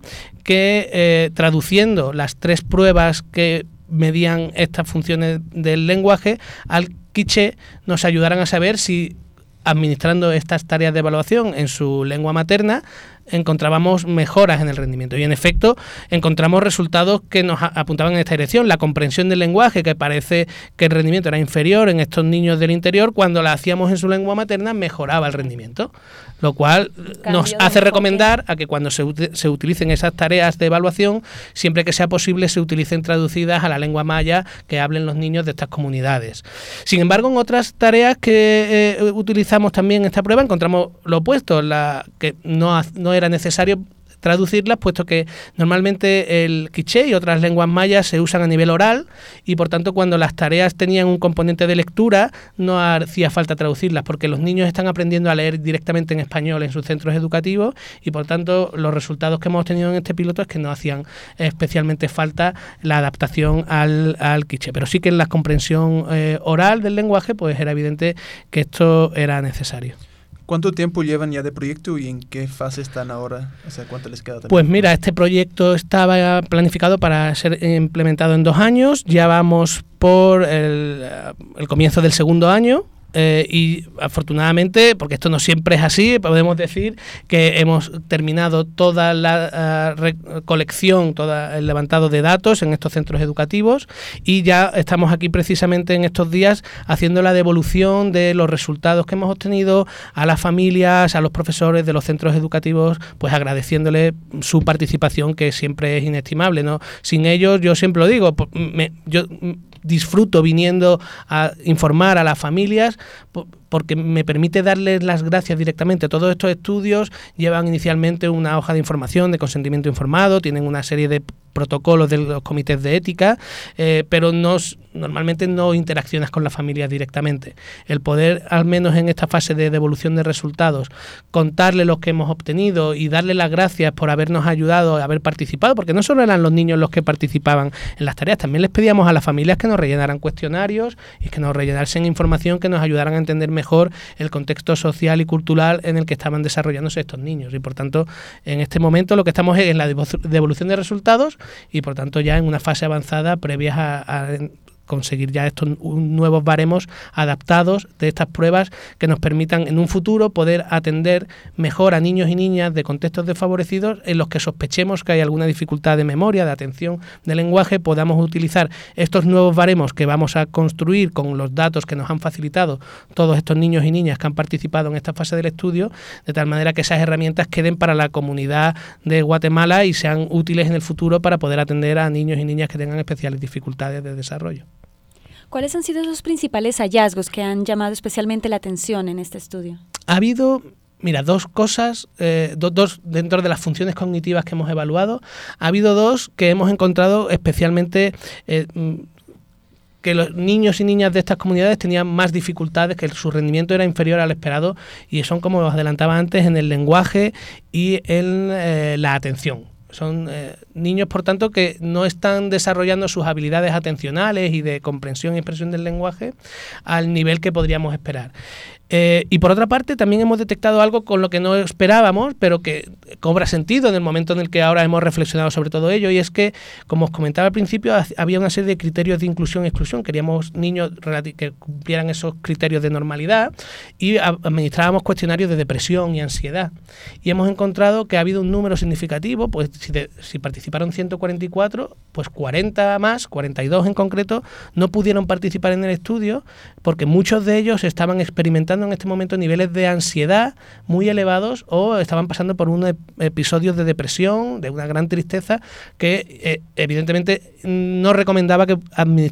que, traduciendo las 3 pruebas que medían estas funciones del lenguaje al quiché, nos ayudaran a saber si administrando estas tareas de evaluación en su lengua materna encontrábamos mejoras en el rendimiento y en efecto encontramos resultados que nos apuntaban en esta dirección. La comprensión del lenguaje, que parece que el rendimiento era inferior en estos niños del interior, cuando la hacíamos en su lengua materna mejoraba el rendimiento, lo cual nos hace recomendar a que cuando se utilicen esas tareas de evaluación, siempre que sea posible se utilicen traducidas a la lengua maya que hablen los niños de estas comunidades. Sin embargo, en otras tareas que utilizamos también esta prueba encontramos lo opuesto, que no era necesario traducirlas, puesto que normalmente el quiché y otras lenguas mayas se usan a nivel oral y por tanto cuando las tareas tenían un componente de lectura no hacía falta traducirlas porque los niños están aprendiendo a leer directamente en español en sus centros educativos y por tanto los resultados que hemos tenido en este piloto es que no hacían especialmente falta la adaptación al quiché, pero sí que en la comprensión oral del lenguaje pues era evidente que esto era necesario. ¿Cuánto tiempo llevan ya de proyecto y en qué fase están ahora? O sea, ¿cuánto les queda también? Pues mira, este proyecto estaba planificado para ser implementado en 2 años. Ya vamos por el comienzo del 2.º año. Y afortunadamente, porque esto no siempre es así, podemos decir que hemos terminado toda la recolección, todo el levantado de datos en estos centros educativos y ya estamos aquí precisamente en estos días haciendo la devolución de los resultados que hemos obtenido a las familias, a los profesores de los centros educativos, pues agradeciéndole su participación que siempre es inestimable, ¿no? Sin ellos, yo siempre lo digo, yo disfruto viniendo a informar a las familias porque me permite darles las gracias directamente. Todos estos estudios llevan inicialmente una hoja de información de consentimiento informado, tienen una serie de protocolos de los comités de ética, pero normalmente no interaccionas con las familias directamente. El poder, al menos en esta fase de devolución de resultados, contarles lo que hemos obtenido y darles las gracias por habernos ayudado, haber participado, porque no solo eran los niños los que participaban en las tareas, también les pedíamos a las familias que nos rellenaran cuestionarios y que nos rellenasen información que nos ayudaran a entender mejor el contexto social y cultural en el que estaban desarrollándose estos niños. Y por tanto, en este momento lo que estamos es en la devolución de resultados y por tanto ya en una fase avanzada previas a conseguir ya estos nuevos baremos adaptados de estas pruebas que nos permitan en un futuro poder atender mejor a niños y niñas de contextos desfavorecidos en los que sospechemos que hay alguna dificultad de memoria, de atención, de lenguaje. Podamos utilizar estos nuevos baremos que vamos a construir con los datos que nos han facilitado todos estos niños y niñas que han participado en esta fase del estudio, de tal manera que esas herramientas queden para la comunidad de Guatemala y sean útiles en el futuro para poder atender a niños y niñas que tengan especiales dificultades de desarrollo. ¿Cuáles han sido los principales hallazgos que han llamado especialmente la atención en este estudio? Ha habido... Mira, dos cosas, dos dentro de las funciones cognitivas que hemos evaluado, ha habido dos que hemos encontrado especialmente que los niños y niñas de estas comunidades tenían más dificultades, que su rendimiento era inferior al esperado, y son, como os adelantaba antes, en el lenguaje y en la atención. Son niños, por tanto, que no están desarrollando sus habilidades atencionales y de comprensión y expresión del lenguaje al nivel que podríamos esperar. Y por otra parte, también hemos detectado algo con lo que no esperábamos, pero que cobra sentido en el momento en el que ahora hemos reflexionado sobre todo ello, y es que, como os comentaba al principio, había una serie de criterios de inclusión y exclusión. Queríamos niños que cumplieran esos criterios de normalidad y administrábamos cuestionarios de depresión y ansiedad. Y hemos encontrado que ha habido un número significativo, pues si participaron 144, pues 40 más, 42 en concreto, no pudieron participar en el estudio porque muchos de ellos estaban experimentando en este momento niveles de ansiedad muy elevados o estaban pasando por un episodio de depresión, de una gran tristeza que evidentemente no recomendaba que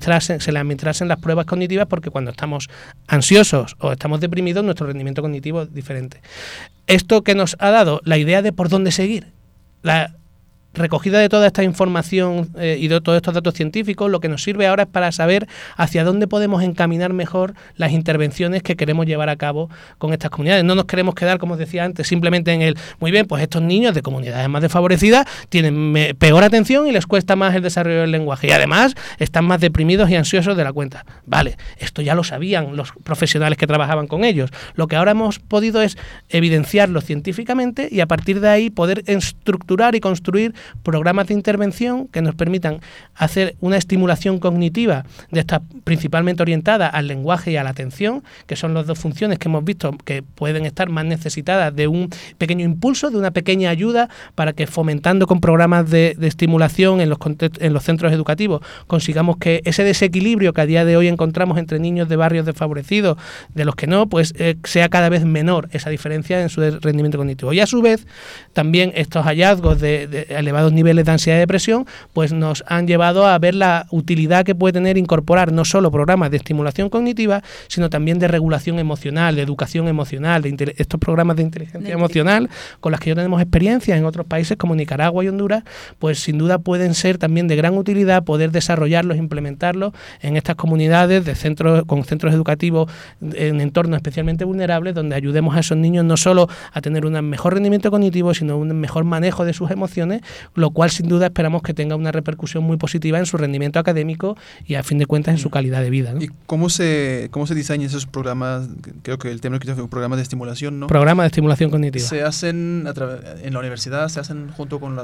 se le administrasen las pruebas cognitivas, porque cuando estamos ansiosos o estamos deprimidos nuestro rendimiento cognitivo es diferente. Esto que nos ha dado la idea de por dónde seguir, la recogida de toda esta información y de todos estos datos científicos, lo que nos sirve ahora es para saber hacia dónde podemos encaminar mejor las intervenciones que queremos llevar a cabo con estas comunidades. No nos queremos quedar, como os decía antes, simplemente en muy bien, pues estos niños de comunidades más desfavorecidas tienen peor atención y les cuesta más el desarrollo del lenguaje y además están más deprimidos y ansiosos de la cuenta. Vale, esto ya lo sabían los profesionales que trabajaban con ellos. Lo que ahora hemos podido es evidenciarlo científicamente y a partir de ahí poder estructurar y construir programas de intervención que nos permitan hacer una estimulación cognitiva de esta principalmente orientada al lenguaje y a la atención, que son las dos funciones que hemos visto que pueden estar más necesitadas de un pequeño impulso, de una pequeña ayuda, para que fomentando con programas de estimulación en los centros educativos consigamos que ese desequilibrio que a día de hoy encontramos entre niños de barrios desfavorecidos de los que no, pues sea cada vez menor esa diferencia en su rendimiento cognitivo. Y a su vez también estos hallazgos de elevados niveles de ansiedad y depresión pues nos han llevado a ver la utilidad que puede tener incorporar no solo programas de estimulación cognitiva, sino también de regulación emocional, de educación emocional, de estos programas de inteligencia emocional con las que ya tenemos experiencia en otros países como Nicaragua y Honduras, pues sin duda pueden ser también de gran utilidad poder desarrollarlos, implementarlos en estas comunidades con centros educativos en entornos especialmente vulnerables, donde ayudemos a esos niños no solo a tener un mejor rendimiento cognitivo, sino un mejor manejo de sus emociones, lo cual sin duda esperamos que tenga una repercusión muy positiva en su rendimiento académico y a fin de cuentas en su calidad de vida, ¿no? ¿Y cómo se diseñan esos programas? Creo que el término que fue programas de estimulación, ¿no? Programas de estimulación cognitiva. ¿Se hacen en la universidad? ¿Se hacen junto con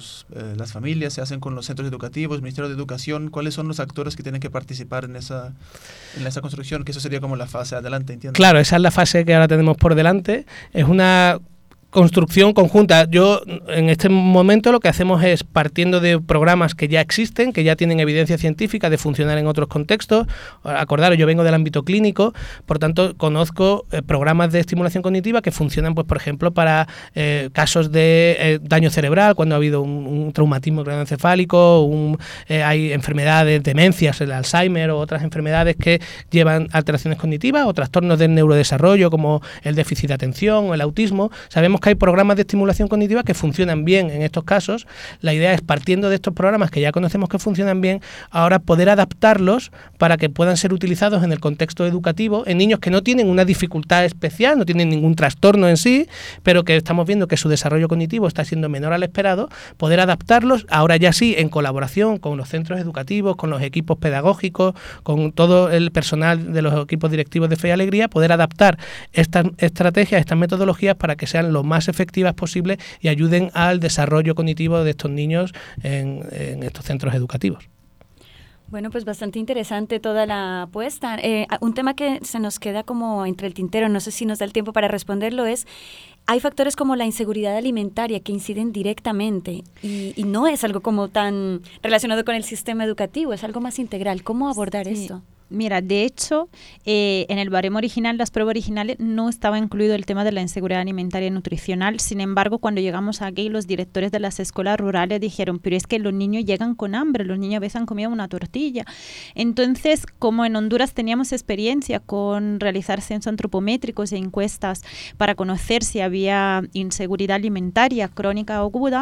las familias? ¿Se hacen con los centros educativos, Ministerio de Educación? ¿Cuáles son los actores que tienen que participar en esa construcción? Que eso sería como la fase adelante, ¿entiendes? Claro, esa es la fase que ahora tenemos por delante. Es una construcción conjunta. Yo en este momento lo que hacemos es, partiendo de programas que ya existen, que ya tienen evidencia científica de funcionar en otros contextos. Acordaros, yo vengo del ámbito clínico, por tanto conozco programas de estimulación cognitiva que funcionan, pues por ejemplo, para casos de daño cerebral, cuando ha habido un traumatismo craneoencefálico, hay enfermedades, demencias, el Alzheimer o otras enfermedades que llevan alteraciones cognitivas o trastornos del neurodesarrollo como el déficit de atención o el autismo. Sabemos que hay programas de estimulación cognitiva que funcionan bien en estos casos. La idea es, partiendo de estos programas que ya conocemos que funcionan bien, ahora poder adaptarlos para que puedan ser utilizados en el contexto educativo en niños que no tienen una dificultad especial, no tienen ningún trastorno en sí, pero que estamos viendo que su desarrollo cognitivo está siendo menor al esperado, poder adaptarlos, ahora ya sí, en colaboración con los centros educativos, con los equipos pedagógicos, con todo el personal de los equipos directivos de Fe y Alegría, poder adaptar estas estrategias, estas metodologías para que sean lo más efectivas posibles y ayuden al desarrollo cognitivo de estos niños en estos centros educativos. Bueno, pues bastante interesante toda la apuesta. Un tema que se nos queda como entre el tintero, no sé si nos da el tiempo para responderlo, hay factores como la inseguridad alimentaria que inciden directamente y no es algo como tan relacionado con el sistema educativo, es algo más integral. ¿Cómo abordar esto? Mira, de hecho, en el baremo original, las pruebas originales, no estaba incluido el tema de la inseguridad alimentaria y nutricional. Sin embargo, cuando llegamos aquí, los directores de las escuelas rurales dijeron, pero es que los niños llegan con hambre, los niños a veces han comido una tortilla. Entonces, como en Honduras teníamos experiencia con realizar censos antropométricos e encuestas para conocer si había inseguridad alimentaria crónica o aguda,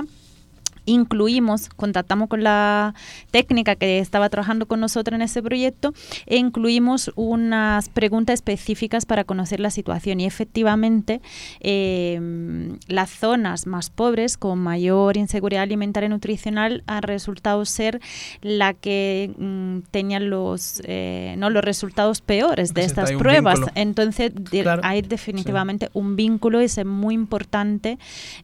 contactamos con la técnica que estaba trabajando con nosotros en ese proyecto e incluimos unas preguntas específicas para conocer la situación y efectivamente las zonas más pobres con mayor inseguridad alimentaria y nutricional han resultado ser la que tenían los resultados peores de estas pruebas. Entonces hay definitivamente un vínculo y es muy importante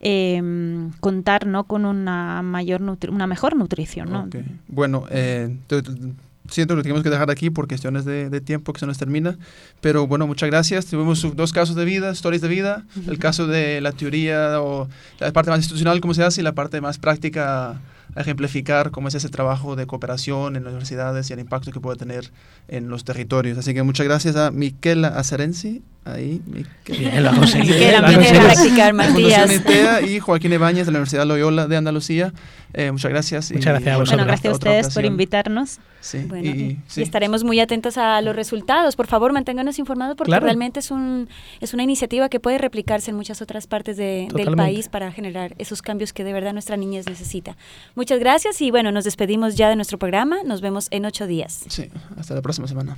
contar, ¿no?, con una mejor nutrición, ¿no? Okay. Bueno, siento que tenemos que dejar aquí por cuestiones de tiempo que se nos termina, pero bueno, muchas gracias. Tuvimos 2 casos de vida, stories de vida, el caso de la teoría o la parte más institucional, cómo se hace, y la parte más práctica, ejemplificar cómo es ese trabajo de cooperación en las universidades y el impacto que puede tener en los territorios. Así que muchas gracias a Miquela Acerenzi, Bien, la conseguí. Practicar, Matías. Y Joaquín Ibáñez de la Universidad Loyola de Andalucía. Muchas gracias. Muchas gracias a vosotros. Bueno, gracias a ustedes por invitarnos. Sí. Bueno, y estaremos muy atentos a los resultados. Por favor, manténganos informados porque realmente es una iniciativa que puede replicarse en muchas otras partes del país para generar esos cambios que de verdad nuestra niñez necesita. Muchas gracias y bueno, nos despedimos ya de nuestro programa. Nos vemos en 8 días. Sí, hasta la próxima semana.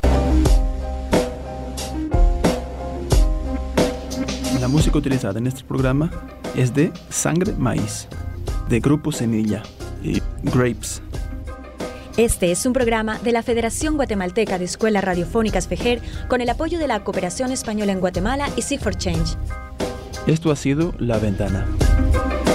La música utilizada en este programa es de Sangre Maíz, de Grupo Semilla y Grapes. Este es un programa de la Federación Guatemalteca de Escuelas Radiofónicas FEGER con el apoyo de la Cooperación Española en Guatemala y Seek for Change. Esto ha sido La Ventana.